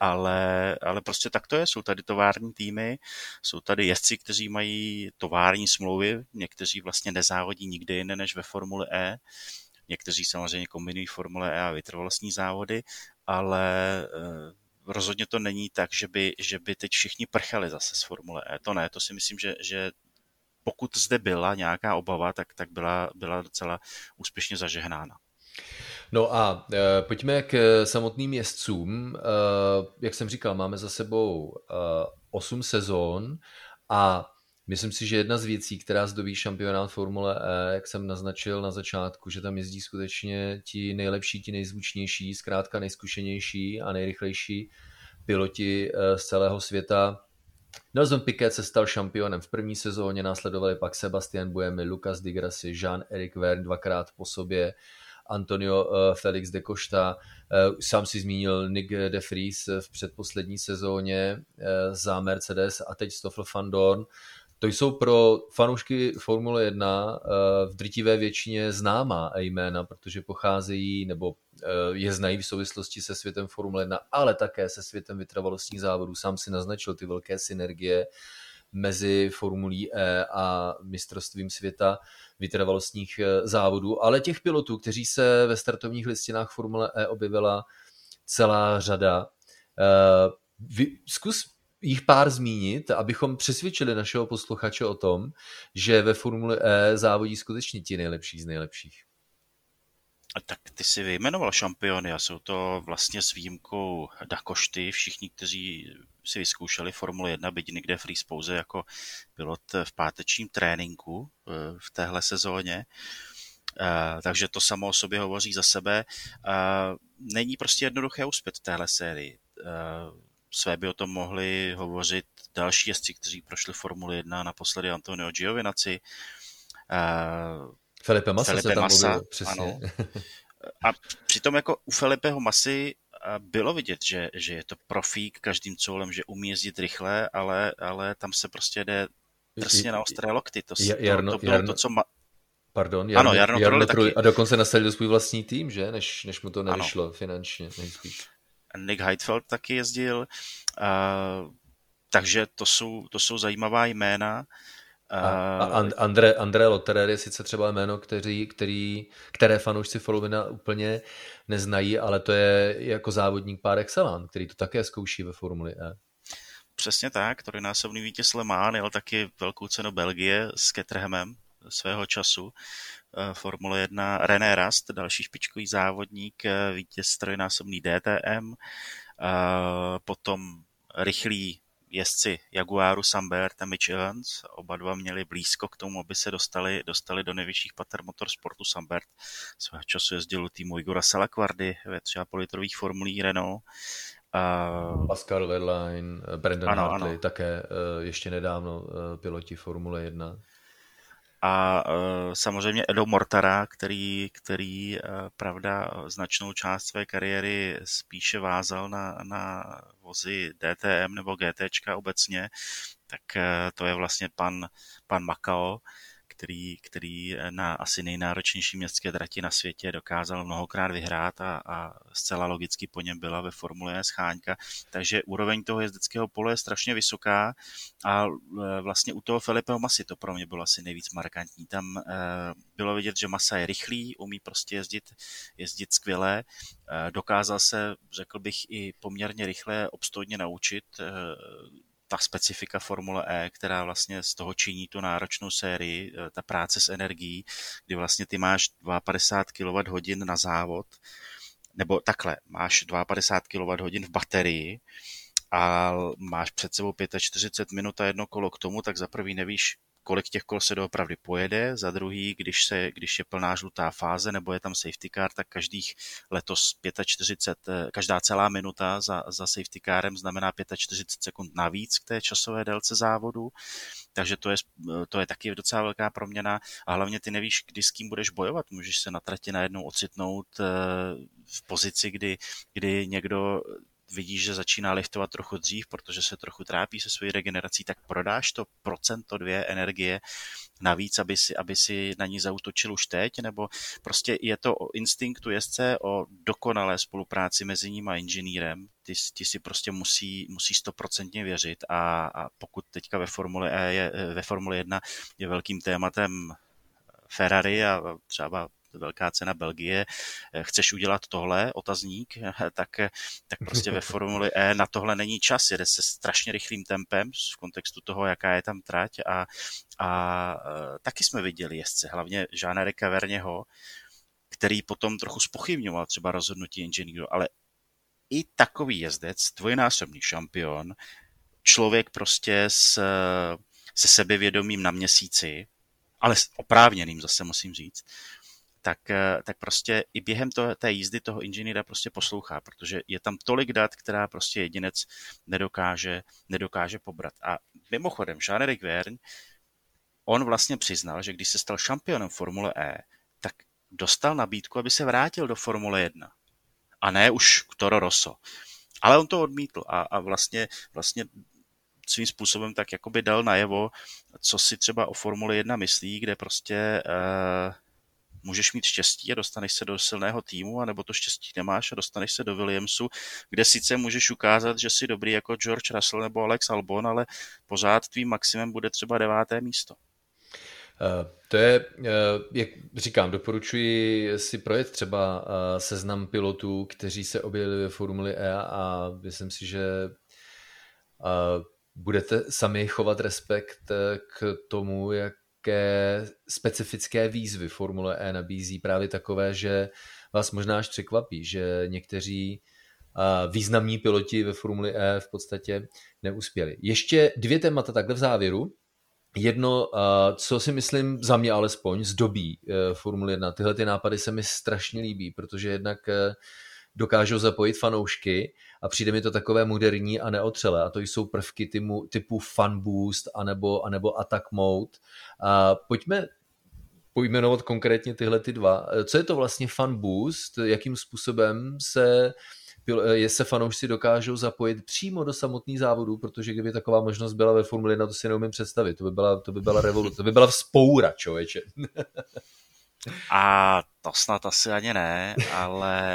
ale prostě tak to je. Jsou tady tovární týmy, jsou tady jezdci, kteří mají tovární smlouvy, někteří vlastně nezávodí nikde jinde než ve Formuli E, někteří samozřejmě kombinují Formule E a vytrvalostní závody, ale rozhodně to není tak, že by teď všichni prchali zase z Formule E. To ne, to si myslím, že pokud zde byla nějaká obava, tak byla docela úspěšně zažehnána. No a pojďme k samotným jezdcům. Jak jsem říkal, máme za sebou 8 sezón a myslím si, že jedna z věcí, která zdobí šampionát Formule E, jak jsem naznačil na začátku, že tam jezdí skutečně ti nejlepší, ti nejzvučnější, zkrátka nejzkušenější a nejrychlejší piloti z celého světa. Nelson Piquet se stal šampionem v první sezóně, následovali pak Sebastian Buemi, Lucas Di Grassi, Jean-Éric Vergne dvakrát po sobě, Antonio Felix de Costa, sám si zmínil Nick de Vries v předposlední sezóně za Mercedes a teď Stoffel van Dorn. To jsou pro fanoušky Formule 1 v drtivé většině známá jména, protože pocházejí nebo je znají v souvislosti se světem Formule 1, ale také se světem vytrvalostních závodů. Sám si naznačil ty velké synergie mezi Formulí E a mistrovstvím světa vytrvalostních závodů, ale těch pilotů, kteří se ve startovních listinách Formule E objevila celá řada. Zkus jich pár zmínit, abychom přesvědčili našeho posluchače o tom, že ve Formuli E závodí skutečně ti nejlepší z nejlepších. Tak ty si vyjmenoval šampiony a jsou to vlastně s výjimkou Da Costy, všichni, kteří si vyzkoušeli Formule 1, byť někde Vries pouze jako pilot v pátečním tréninku v téhle sezóně. Takže to samo o sobě hovoří za sebe. Není prostě jednoduché uspět v téhle sérii. Své by o tom mohli hovořit další jezdci, kteří prošli Formuli 1, naposledy Antonio Giovinazzi, Felipe Massa se tam objevil, přesně. Ano. A přitom jako u Felipeho Massy bylo vidět, že je to profík každým coulem, že umí jezdit rychle, ale tam se prostě jde drsně na ostré lokty. To bylo to, co... Pardon, Jarno taky. A dokonce nasadil svůj vlastní tým, že? Než mu to nevyšlo finančně, nejspíš. Nick Heidfeld taky jezdil, takže to jsou zajímavá jména. André Lotterer je sice třeba jméno, které fanoušci Formule úplně neznají, ale to je jako závodník par excellence, který to také zkouší ve Formuli E. Přesně tak, trojnásobný vítěz Le Mans, jel taky velkou cenu Belgie s Caterhamem svého času. Formule 1 René Rast, další špičkový závodník, vítěz trojnásobný DTM, potom rychlí jezdci Jaguaru Sambert a Mitch Evans. Oba dva měli blízko k tomu, aby se dostali do nejvyšších pater motorsportu. Sambert svého času jezdil u týmu Igora Salaquardy ve 3,5 litrových formulí Renault. Pascal Wehrlein, Brandon Hartley, také ještě nedávno piloti Formule 1. A samozřejmě Edo Mortara, který pravda značnou část své kariéry spíše vázal na vozy DTM nebo GTčka obecně, tak to je vlastně pan Macao, který na asi nejnáročnější městské trati na světě dokázal mnohokrát vyhrát a zcela logicky po něm byla ve Formule E scháňka. Takže úroveň toho jezdeckého pole je strašně vysoká a vlastně u toho Felipeho Massy to pro mě bylo asi nejvíc markantní. Tam bylo vidět, že Massa je rychlý, umí prostě jezdit skvěle, dokázal se, řekl bych, i poměrně rychle obstojně naučit ta specifika Formule E, která vlastně z toho činí tu náročnou sérii, ta práce s energií, kdy vlastně ty máš 52 kWh na závod, nebo takhle, máš 52 kWh v baterii a máš před sebou 45 minut a jedno kolo k tomu, tak za prvý nevíš, kolik těch kol se doopravdy pojede, za druhý, když je plná žlutá fáze nebo je tam safety car, tak každých letos 45, každá celá minuta za safety carem znamená 45 sekund navíc k té časové délce závodu, takže to je taky docela velká proměna a hlavně ty nevíš, kdy s kým budeš bojovat, můžeš se na trati najednou ocitnout v pozici, kdy někdo vidíš, že začíná liftovat trochu dřív, protože se trochu trápí se svojí regenerací, tak prodáš to procento 2 energie navíc, aby si na ní zaútočil už teď, nebo prostě je to o instinktu jezdce, o dokonalé spolupráci mezi ním a inženýrem. Ti si prostě musí 100% věřit a pokud teďka ve Formule 1 je velkým tématem Ferrari a třeba velká cena Belgie, chceš udělat tohle, otazník, tak prostě ve Formuli E na tohle není čas, jede se strašně rychlým tempem v kontextu toho, jaká je tam trať a taky jsme viděli jezdce, hlavně Jeana-Erica Vergneho, který potom trochu zpochybňoval třeba rozhodnutí inženýru, ale i takový jezdec, dvojnásobný šampion, člověk prostě se sebevědomím na měsíci, ale oprávněným zase musím říct, tak prostě i během té jízdy toho inženýra prostě poslouchá, protože je tam tolik dat, která prostě jedinec nedokáže pobrat. A mimochodem, Jean-Éric Vergne, on vlastně přiznal, že když se stal šampionem Formule E, tak dostal nabídku, aby se vrátil do Formule 1. A ne už k Toro Rosso. Ale on to odmítl a vlastně svým způsobem tak jakoby dal najevo, co si třeba o Formule 1 myslí, kde prostě můžeš mít štěstí a dostaneš se do silného týmu, anebo to štěstí nemáš a dostaneš se do Williamsu, kde sice můžeš ukázat, že jsi dobrý jako George Russell nebo Alex Albon, ale pořád tvým maximem bude třeba 9. místo. To je, jak říkám, doporučuji si projet třeba seznam pilotů, kteří se objevili ve Formuli E a myslím si, že budete sami chovat respekt k tomu, jaké specifické výzvy Formule E nabízí, právě takové, že vás možná až překvapí, že někteří významní piloti ve Formuli E v podstatě neuspěli. Ještě 2 témata takhle v závěru. Jedno, co si myslím za mě alespoň zdobí Formule 1. Tyhle ty nápady se mi strašně líbí, protože jednak dokážou zapojit fanoušky a přijde mi to takové moderní a neotřelé. A to jsou prvky typu Fun Boost anebo Attack Mode. Pojďme pojmenovat konkrétně tyhle ty 2. Co je to vlastně Fun Boost? Jakým způsobem se fanoušci dokážou zapojit přímo do samotných závodů, protože kdyby taková možnost byla ve Formule 1, to si neumím představit. To by byla revoluce, to by byla vzpoura, člověče. A to snad asi ani ne, ale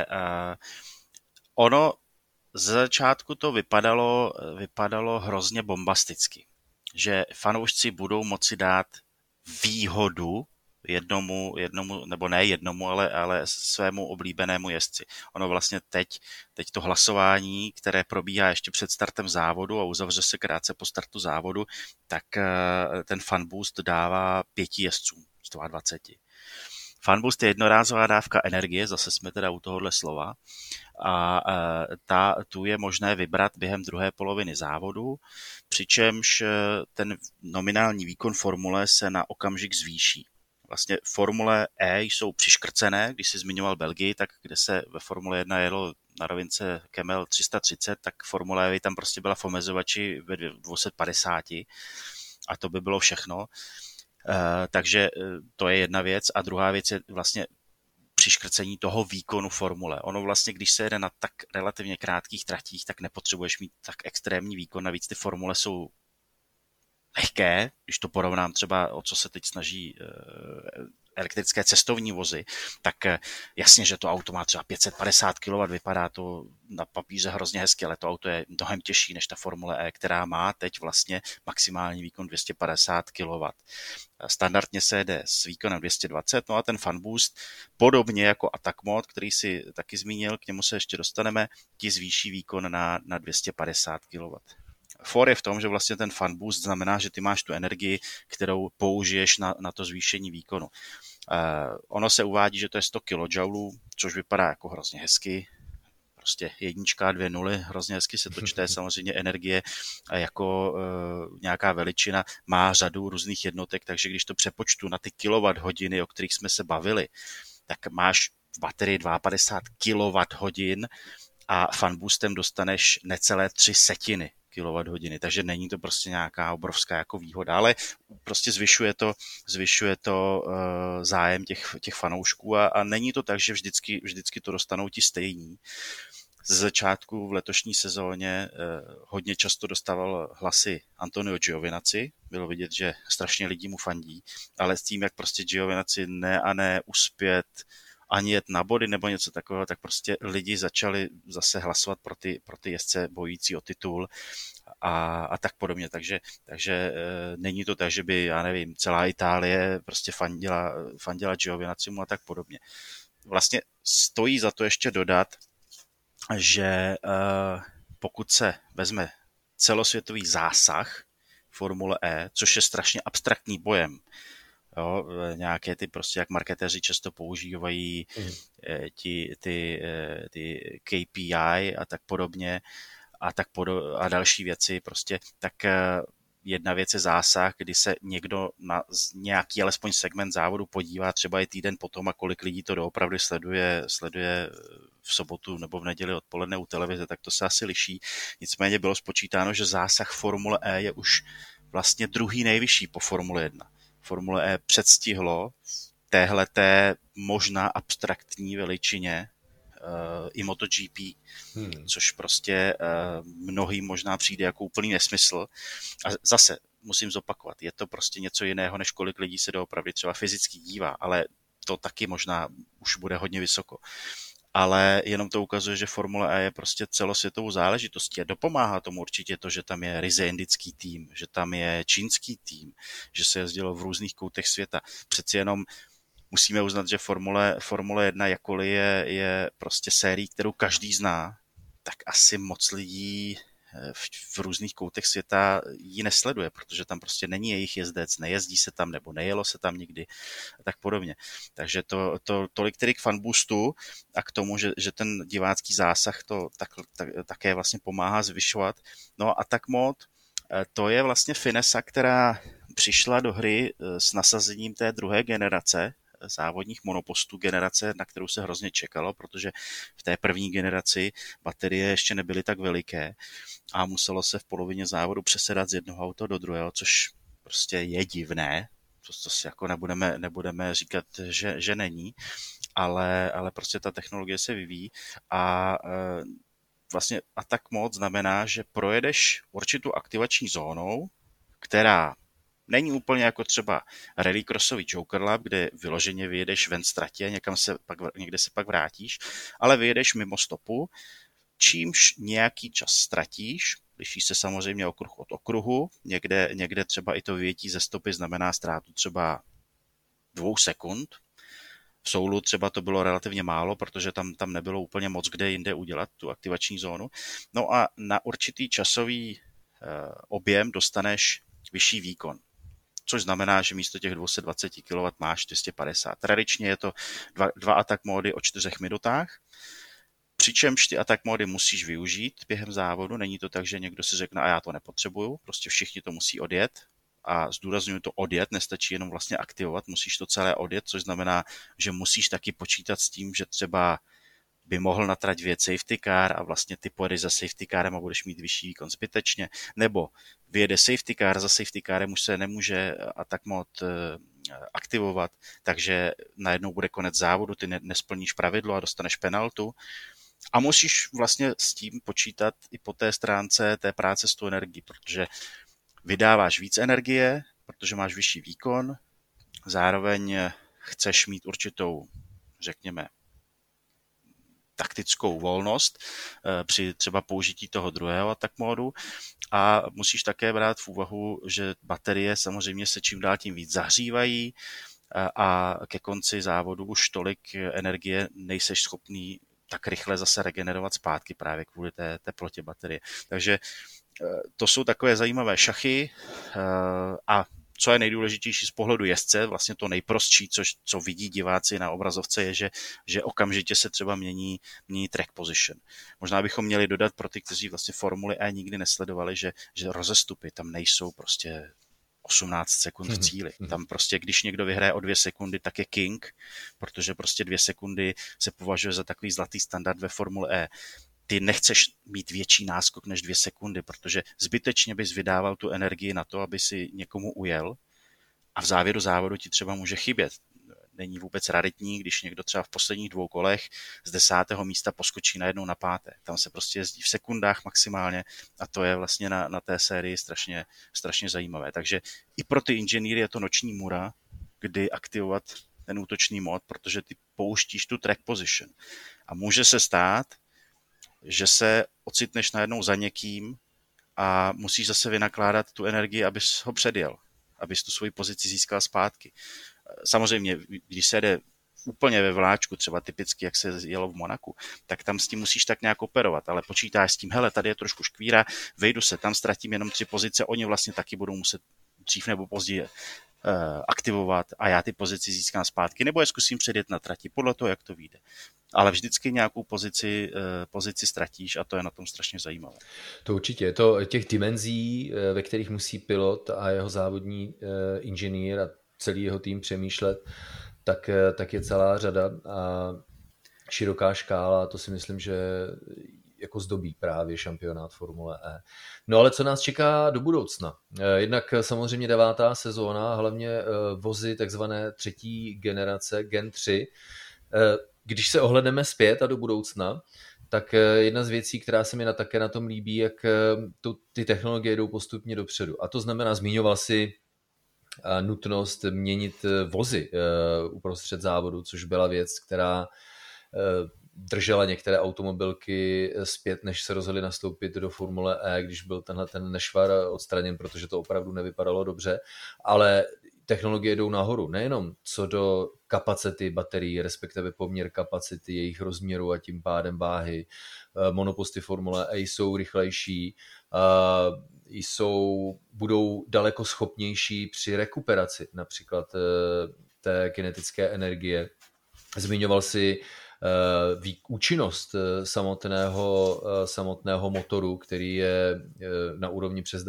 ono ze začátku to vypadalo hrozně bombasticky, že fanoušci budou moci dát výhodu jednomu, nebo ne jednomu, ale svému oblíbenému jezdci. Ono vlastně teď to hlasování, které probíhá ještě před startem závodu a uzavře se krátce po startu závodu, tak ten Funboost dává 5 jezdcům z 22. Funboost je jednorázová dávka energie, zase jsme teda u tohohle slova, a tu je možné vybrat během druhé poloviny závodu, přičemž ten nominální výkon formule se na okamžik zvýší. Vlastně Formule E jsou přiškrcené, když si zmiňoval Belgii, tak kde se ve Formule 1 jelo na rovince Kemmel 330, tak Formule E tam prostě byla v omezovači ve 250 a to by bylo všechno. Takže to je jedna věc a druhá věc je vlastně přiškrcení toho výkonu formule. Ono vlastně, když se jede na tak relativně krátkých tratích, tak nepotřebuješ mít tak extrémní výkon, navíc ty formule jsou lehké, když to porovnám třeba, o co se teď snaží elektrické cestovní vozy, tak jasně, že to auto má třeba 550 kW, vypadá to na papíře hrozně hezky, ale to auto je mnohem těžší než ta Formule E, která má teď vlastně maximální výkon 250 kW. Standardně se jede s výkonem 220, no a ten Funboost, podobně jako Attack Mode, který si taky zmínil, k němu se ještě dostaneme, ti zvýší výkon na 250 kW. For je v tom, že vlastně ten Funboost znamená, že ty máš tu energii, kterou použiješ na to zvýšení výkonu. Ono se uvádí, že to je 100 kJ, což vypadá jako hrozně hezky. Prostě 1, 2 nuly, hrozně hezky se to čte. Samozřejmě energie jako nějaká veličina má řadu různých jednotek, takže když to přepočtu na ty kilowatt-hodiny, o kterých jsme se bavili, tak máš v baterii 52 kWh a Funboostem dostaneš necelé 0,03 kWh, takže není to prostě nějaká obrovská jako výhoda, ale prostě zvyšuje to zájem těch fanoušků a není to tak, že vždycky to dostanou ti stejní. z začátku v letošní sezóně hodně často dostával hlasy Antonio Giovinazzi. Bylo vidět, že strašně lidí mu fandí, ale s tím, jak prostě Giovinazzi ne uspět ani jet na body nebo něco takového, tak prostě lidi začali zase hlasovat pro ty jezdce bojující o titul a tak podobně. Takže není to tak, že by, já nevím, celá Itálie prostě fandila Giovinazzimu a tak podobně. Vlastně stojí za to ještě dodat, že pokud se vezme celosvětový zásah Formule E, což je strašně abstraktní pojem, jo, nějaké ty prostě, jak marketéři často používají ty KPI a tak podobně a další věci prostě, tak jedna věc je zásah, kdy se někdo na nějaký alespoň segment závodu podívá třeba i týden potom a kolik lidí to doopravdy sleduje v sobotu nebo v neděli odpoledne u televize, tak to se asi liší. Nicméně bylo spočítáno, že zásah Formule E je už vlastně druhý nejvyšší po Formule 1. Formule E předstihlo téhleté možná abstraktní veličině i MotoGP, což prostě mnohým možná přijde jako úplný nesmysl. A zase musím zopakovat, je to prostě něco jiného, než kolik lidí se doopravdy třeba fyzicky dívá, ale to taky možná už bude hodně vysoko. Ale jenom to ukazuje, že Formule E je prostě celosvětovou záležitostí a dopomáhá tomu určitě to, že tam je ryze indický tým, že tam je čínský tým, že se jezdilo v různých koutech světa. Přeci jenom musíme uznat, že Formule 1, jakkoliv je prostě sérií, kterou každý zná, tak asi moc lidí v různých koutech světa ji nesleduje, protože tam prostě není jejich jezdec, nejezdí se tam nebo nejelo se tam nikdy a tak podobně. Takže to tolik tedy k fanboostu a k tomu, že ten divácký zásah to také vlastně pomáhá zvyšovat. No a tak mod, to je vlastně finesa, která přišla do hry s nasazením té druhé generace závodních monopostů, generace, na kterou se hrozně čekalo, protože v té první generaci baterie ještě nebyly tak veliké a muselo se v polovině závodu přesedat z jednoho auta do druhého, což prostě je divné, to si jako nebudeme říkat, že není, ale prostě ta technologie se vyvíjí a vlastně attack mode znamená, že projedeš určitou aktivační zónou, která není úplně jako třeba rallycrossový Joker Lap, kde vyloženě vyjedeš ven z tratě, někde se pak vrátíš, ale vyjedeš mimo stopu, čímž nějaký čas ztratíš, liší se samozřejmě okruh od okruhu, někde třeba i to vyjetí ze stopy znamená ztrátu třeba 2 sekund, v soulu třeba to bylo relativně málo, protože tam nebylo úplně moc kde jinde udělat tu aktivační zónu. No a na určitý časový objem dostaneš vyšší výkon, což znamená, že místo těch 220 kW máš 250. Tradičně je to dva attack módy o 4 minutách, přičemž ty attack módy musíš využít během závodu. Není to tak, že někdo si řekne, a já to nepotřebuju, prostě všichni to musí odjet. A zdůrazňuji to odjet, nestačí jenom vlastně aktivovat, musíš to celé odjet, což znamená, že musíš taky počítat s tím, že třeba by mohl na trať vjet safety car a vlastně ty pojedeš za safety carem a budeš mít vyšší výkon zbytečně, nebo vyjede safety car, za safety carem už se nemůže attack mode aktivovat, takže najednou bude konec závodu, ty nesplníš pravidlo a dostaneš penaltu. A musíš vlastně s tím počítat i po té stránce té práce s tou energií, protože vydáváš víc energie, protože máš vyšší výkon, zároveň chceš mít určitou, řekněme, taktickou volnost při třeba použití toho druhého attack módu a musíš také brát v úvahu, že baterie samozřejmě se čím dál tím víc zahřívají a ke konci závodu už tolik energie nejseš schopný tak rychle zase regenerovat zpátky právě kvůli té teplotě baterie. Takže to jsou takové zajímavé šachy a co je nejdůležitější z pohledu jezdce, vlastně to nejprostší, co vidí diváci na obrazovce, je, že okamžitě se třeba mění track position. Možná bychom měli dodat pro ty, kteří vlastně Formuli E nikdy nesledovali, že rozestupy tam nejsou prostě 18 sekund v cíli. Tam prostě, když někdo vyhraje o 2 sekundy, tak je king, protože prostě 2 sekundy se považuje za takový zlatý standard ve Formule E. Ty nechceš mít větší náskok než 2 sekundy, protože zbytečně bys vydával tu energii na to, aby si někomu ujel a v závěru závodu ti třeba může chybět. není vůbec raritní, když někdo třeba v posledních 2 kolech z 10. místa poskočí najednou na 5. Tam se prostě jezdí v sekundách maximálně a to je vlastně na té sérii strašně zajímavé. Takže i pro ty inženýry je to noční můra, kdy aktivovat ten útočný mod, protože ty pouštíš tu track position. A může se stát, že se ocitneš najednou za někým a musíš zase vynakládat tu energii, abys ho předjel, abys tu svoji pozici získal zpátky. Samozřejmě, když se jde úplně ve vláčku, třeba typicky, jak se jelo v Monaku, tak tam s tím musíš tak nějak operovat, ale počítáš s tím, hele, tady je trošku škvíra, vejdu se, tam ztratím jenom 3 pozice, oni vlastně taky budou muset dřív nebo později aktivovat a já ty pozici získám zpátky, nebo je zkusím předjet na trati, podle toho, jak to vyjde. Ale vždycky nějakou pozici ztratíš a to je na tom strašně zajímavé. To určitě. To těch dimenzí, ve kterých musí pilot a jeho závodní inženýr a celý jeho tým přemýšlet, tak je celá řada a široká škála a to si myslím, že jako zdobí právě šampionát Formule E. No ale co nás čeká do budoucna? Jednak samozřejmě 9. sezóna, hlavně vozy takzvané 3. generace Gen 3. Když se ohledneme zpět a do budoucna, tak jedna z věcí, která se mi také na tom líbí, jak ty technologie jdou postupně dopředu. A to znamená, zmiňoval si nutnost měnit vozy uprostřed závodu, což byla věc, která držela některé automobilky zpět, než se rozhodli nastoupit do Formule E, když byl ten nešvar odstraněn, protože to opravdu nevypadalo dobře, ale technologie jdou nahoru, nejenom co do kapacity baterií, respektive poměr kapacity, jejich rozměru a tím pádem váhy. Monoposty Formule E jsou rychlejší, budou daleko schopnější při rekuperaci například té kinetické energie. Zmiňoval si účinnost samotného motoru, který je na úrovni přes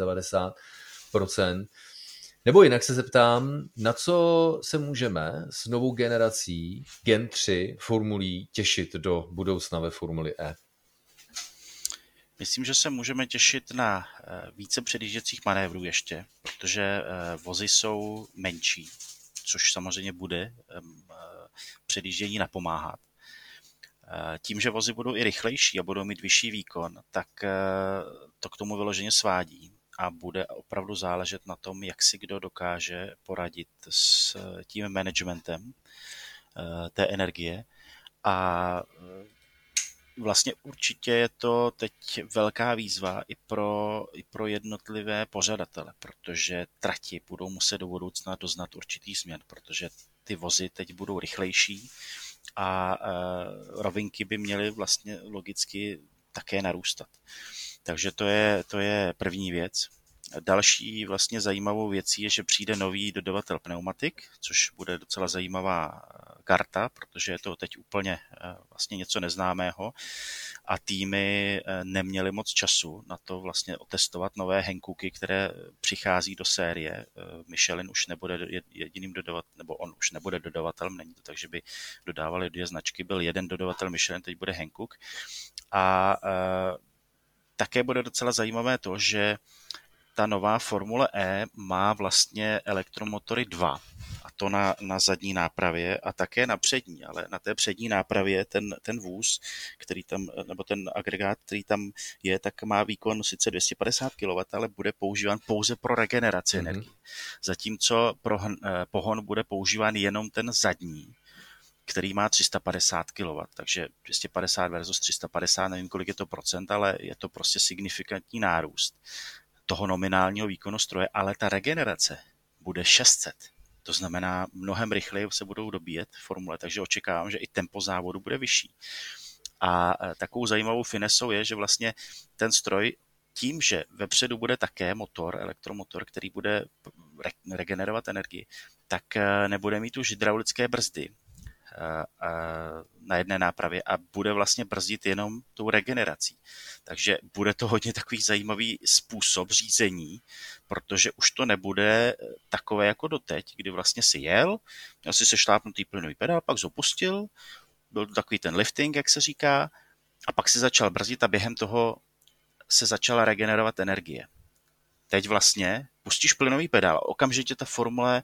90%. Nebo jinak se zeptám, na co se můžeme s novou generací Gen 3 formulí těšit do budoucna ve Formuli E? Myslím, že se můžeme těšit na více předjížděcích manévrů ještě, protože vozy jsou menší, což samozřejmě bude předjíždění napomáhat. Tím, že vozy budou i rychlejší a budou mít vyšší výkon, tak to k tomu vyloženě svádí a bude opravdu záležet na tom, jak si kdo dokáže poradit s tím managementem té energie. A vlastně určitě je to teď velká výzva i pro jednotlivé pořadatele, protože trati budou muset do budoucna doznat určitý změn, protože ty vozy teď budou rychlejší a rovinky by měly vlastně logicky také narůstat. Takže to je první věc. Další vlastně zajímavou věcí je, že přijde nový dodavatel pneumatik, což bude docela zajímavá karta, protože je to teď úplně vlastně něco neznámého a týmy neměly moc času na to vlastně otestovat nové Hankooky, které přichází do série. Michelin už nebude jediným dodavatelem, nebo on už nebude dodavatelem, není to tak, že by dodávali 2 značky, byl jeden dodavatel Michelin, teď bude Hankook. A také bude docela zajímavé to, že ta nová Formule E má vlastně elektromotory 2, a to na zadní nápravě a také na přední, ale na té přední nápravě ten vůz, který tam, nebo ten agregát, který tam je, tak má výkon sice 250 kW, ale bude používán pouze pro regeneraci energie. Zatímco pro pohon bude používán jenom ten zadní, který má 350 kW, takže 250 versus 350, nevím, kolik je to procent, ale je to prostě signifikantní nárůst toho nominálního výkonu stroje, ale ta regenerace bude 600. To znamená, mnohem rychleji se budou dobíjet formule, takže očekávám, že i tempo závodu bude vyšší. A takovou zajímavou finesou je, že vlastně ten stroj tím, že vepředu bude také elektromotor, který bude regenerovat energii, tak nebude mít už hydraulické brzdy na jedné nápravě a bude vlastně brzdit jenom tou regenerací. Takže bude to hodně takový zajímavý způsob řízení, protože už to nebude takové jako doteď, kdy vlastně si jel, měl si sešlápnutý plynový pedál, pak zopustil, byl to takový ten lifting, jak se říká, a pak si začal brzdit a během toho se začala regenerovat energie. Teď vlastně pustíš plynový pedál a okamžitě ta formule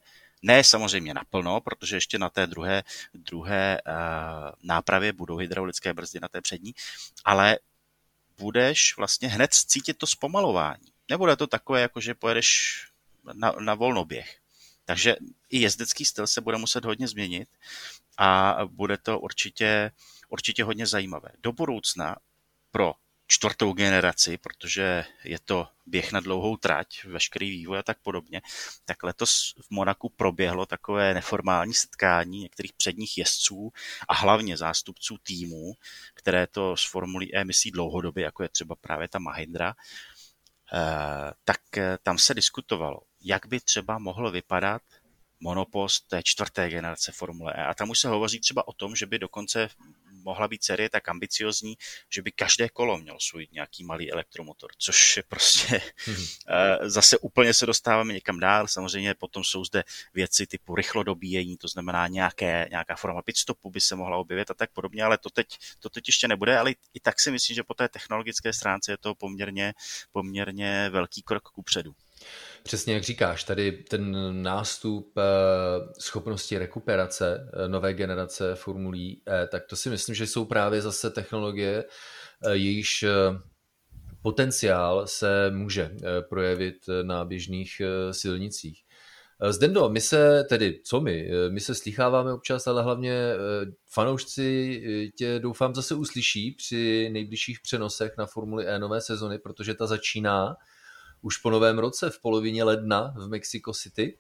Ne samozřejmě naplno, protože ještě na té druhé nápravě budou hydraulické brzdy na té přední, ale budeš vlastně hned cítit to zpomalování. Nebude to takové, jako že pojedeš na volnoběh. Takže i jezdecký styl se bude muset hodně změnit a bude to určitě hodně zajímavé. Do budoucna pro čtvrtou generaci, protože je to běh na dlouhou trať, veškerý vývoj a tak podobně, tak letos v Monaku proběhlo takové neformální setkání některých předních jezdců a hlavně zástupců týmů, které to s Formulí E myslí dlouhodobě, jako je třeba právě ta Mahindra, tak tam se diskutovalo, jak by třeba mohl vypadat monopost té čtvrté generace Formule E. A tam už se hovoří třeba o tom, že by dokonce mohla být série tak ambiciozní, že by každé kolo mělo svůj nějaký malý elektromotor, což je prostě zase úplně se dostáváme někam dál. Samozřejmě potom jsou zde věci typu rychlodobíjení, to znamená nějaká forma pitstopu by se mohla objevit a tak podobně, ale to teď ještě nebude, ale i tak si myslím, že po té technologické stránce je to poměrně velký krok kupředu. Přesně jak říkáš, tady ten nástup schopnosti rekuperace nové generace Formulí E, tak to si myslím, že jsou právě zase technologie, jejíž potenciál se může projevit na běžných silnicích. Zdendo, my se slýcháváme občas, ale hlavně fanoušci tě doufám zase uslyší při nejbližších přenosech na Formuli E nové sezony, protože ta začíná už po novém roce v polovině ledna v Mexico City.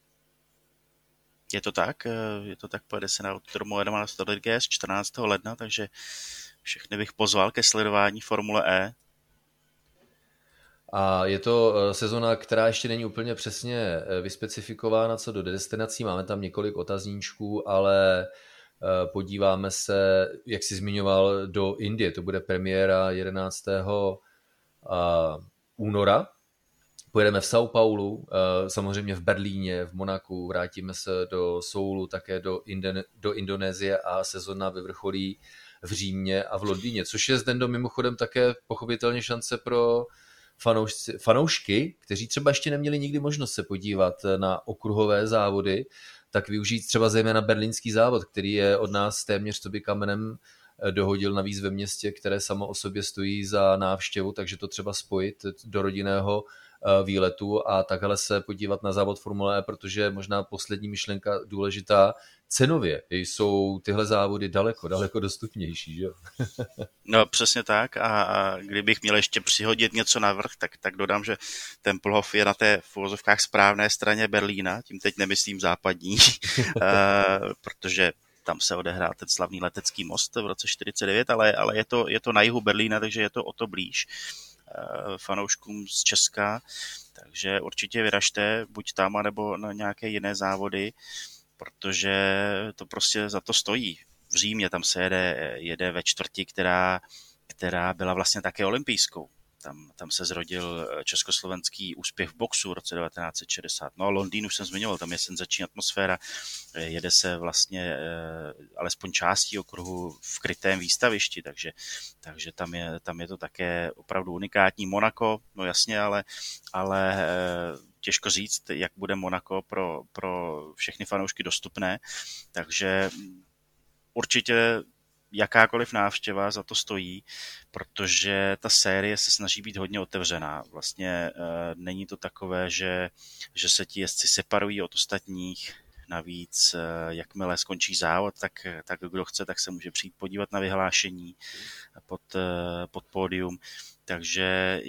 Je to tak, pojede se na Autodromu Hermana Rodriguez 14. ledna, takže všechny bych pozval ke sledování Formule E. A je to sezona, která ještě není úplně přesně vyspecifikována co do destinací, máme tam několik otazníčků, ale podíváme se, jak jsi zmiňoval, do Indie, to bude premiéra 11. února. Pojedeme v São Paulu, samozřejmě v Berlíně, v Monaku, vrátíme se do Soulu, také do Indonésie a sezona vyvrcholí v Římě a v Londýně, což je Zdendo mimochodem také pochopitelně šance pro fanoušky, kteří třeba ještě neměli nikdy možnost se podívat na okruhové závody, tak využít třeba zejména berlínský závod, který je od nás téměř to by kamenem dohodil, navíc ve městě, které samo o sobě stojí za návštěvu, takže to třeba spojit do rodinného výletu a takhle se podívat na závod Formule E, protože možná poslední myšlenka důležitá, cenově jsou tyhle závody daleko dostupnější, že jo? No přesně tak a kdybych měl ještě přihodit něco navrch, tak dodám, že Tempelhof je na té v uvozovkách správné straně Berlína, tím teď nemyslím západní, protože tam se odehrál ten slavný letecký most v roce 49, ale je to na jihu Berlína, takže je to o to blíž fanouškům z Česka, takže určitě vyražte buď tam, nebo na nějaké jiné závody, protože to prostě za to stojí. V Římě tam se jede ve čtvrti, která byla vlastně také olympijskou. Tam se zrodil československý úspěch v boxu v roce 1960. No a Londýn už jsem zmiňoval, tam je senzační atmosféra, jede se vlastně alespoň částí okruhu v krytém výstavišti, takže tam je to také opravdu unikátní. Monako, no jasně, ale těžko říct, jak bude Monako pro všechny fanoušky dostupné, takže určitě jakákoliv návštěva za to stojí, protože ta série se snaží být hodně otevřená. Vlastně není to takové, že se ti jezdci separují od ostatních. Navíc, jakmile skončí závod, tak kdo chce, tak se může přijít podívat na vyhlášení pod pódium. Takže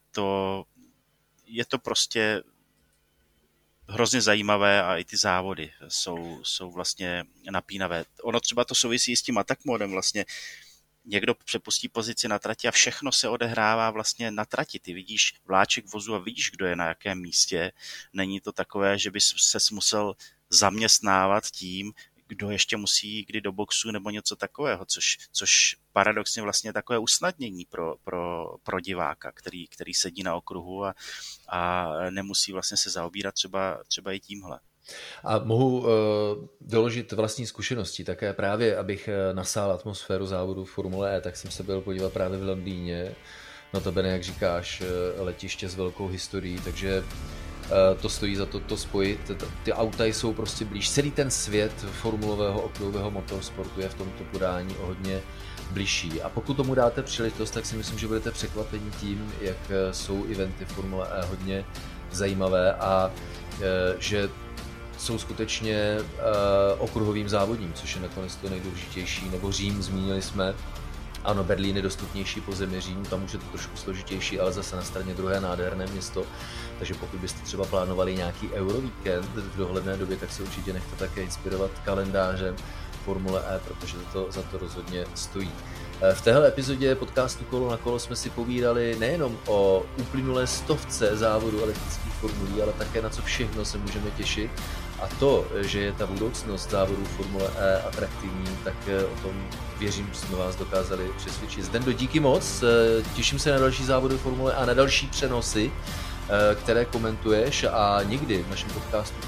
je to prostě hrozně zajímavé a i ty závody jsou vlastně napínavé. Ono třeba to souvisí s tím attack modem, vlastně někdo přepustí pozici na trati a všechno se odehrává vlastně na trati. Ty vidíš vláček vozu a vidíš, kdo je na jakém místě. Není to takové, že bys ses musel zaměstnávat tím, kdo ještě musí kdy do boxu nebo něco takového, což paradoxně vlastně takové usnadnění pro diváka, který sedí na okruhu a nemusí vlastně se zaobírat třeba i tímhle. A mohu doložit vlastní zkušenosti, také právě, abych nasál atmosféru závodu Formule E, tak jsem se byl podívat právě v Londýně, notabene, jak říkáš, letiště s velkou historií, takže to stojí za to spojit. Ty auta jsou prostě blíž. Celý ten svět formulového okrojového motorsportu je v tomto podání o hodně bližší. A pokud tomu dáte příležitost, tak si myslím, že budete překvapeni tím, jak jsou eventy Formule E hodně zajímavé a že jsou skutečně okruhovým závodním, což je nakonec to nejdůležitější, nebo Řím zmínili jsme. Ano, Berlín je dostupnější po zemi Římu, tam už je to trošku složitější, ale zase na straně druhé nádherné město. Takže pokud byste třeba plánovali nějaký Eurovíkend v dohledné době, tak se určitě nechte také inspirovat kalendářem Formule E, protože za to rozhodně stojí. V téhle epizodě podcastu Kolo na kolo jsme si povídali nejenom o uplynulé stovce závodu elektrických formulí, ale také na co všechno se můžeme těšit. A to, že je ta budoucnost závodů Formule E atraktivní, tak o tom věřím, že jsme vás dokázali přesvědčit. Zdendo, díky moc, těším se na další závody Formule a na další přenosy, které komentuješ a někdy v našem podcastu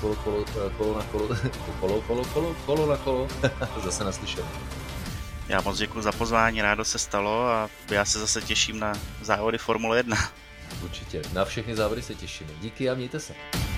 Kolo na kolo, zase naslyšenou. Já moc děkuji za pozvání, rádo se stalo a já se zase těším na závody Formule 1. Určitě, na všechny závody se těšíme. Díky a mějte se.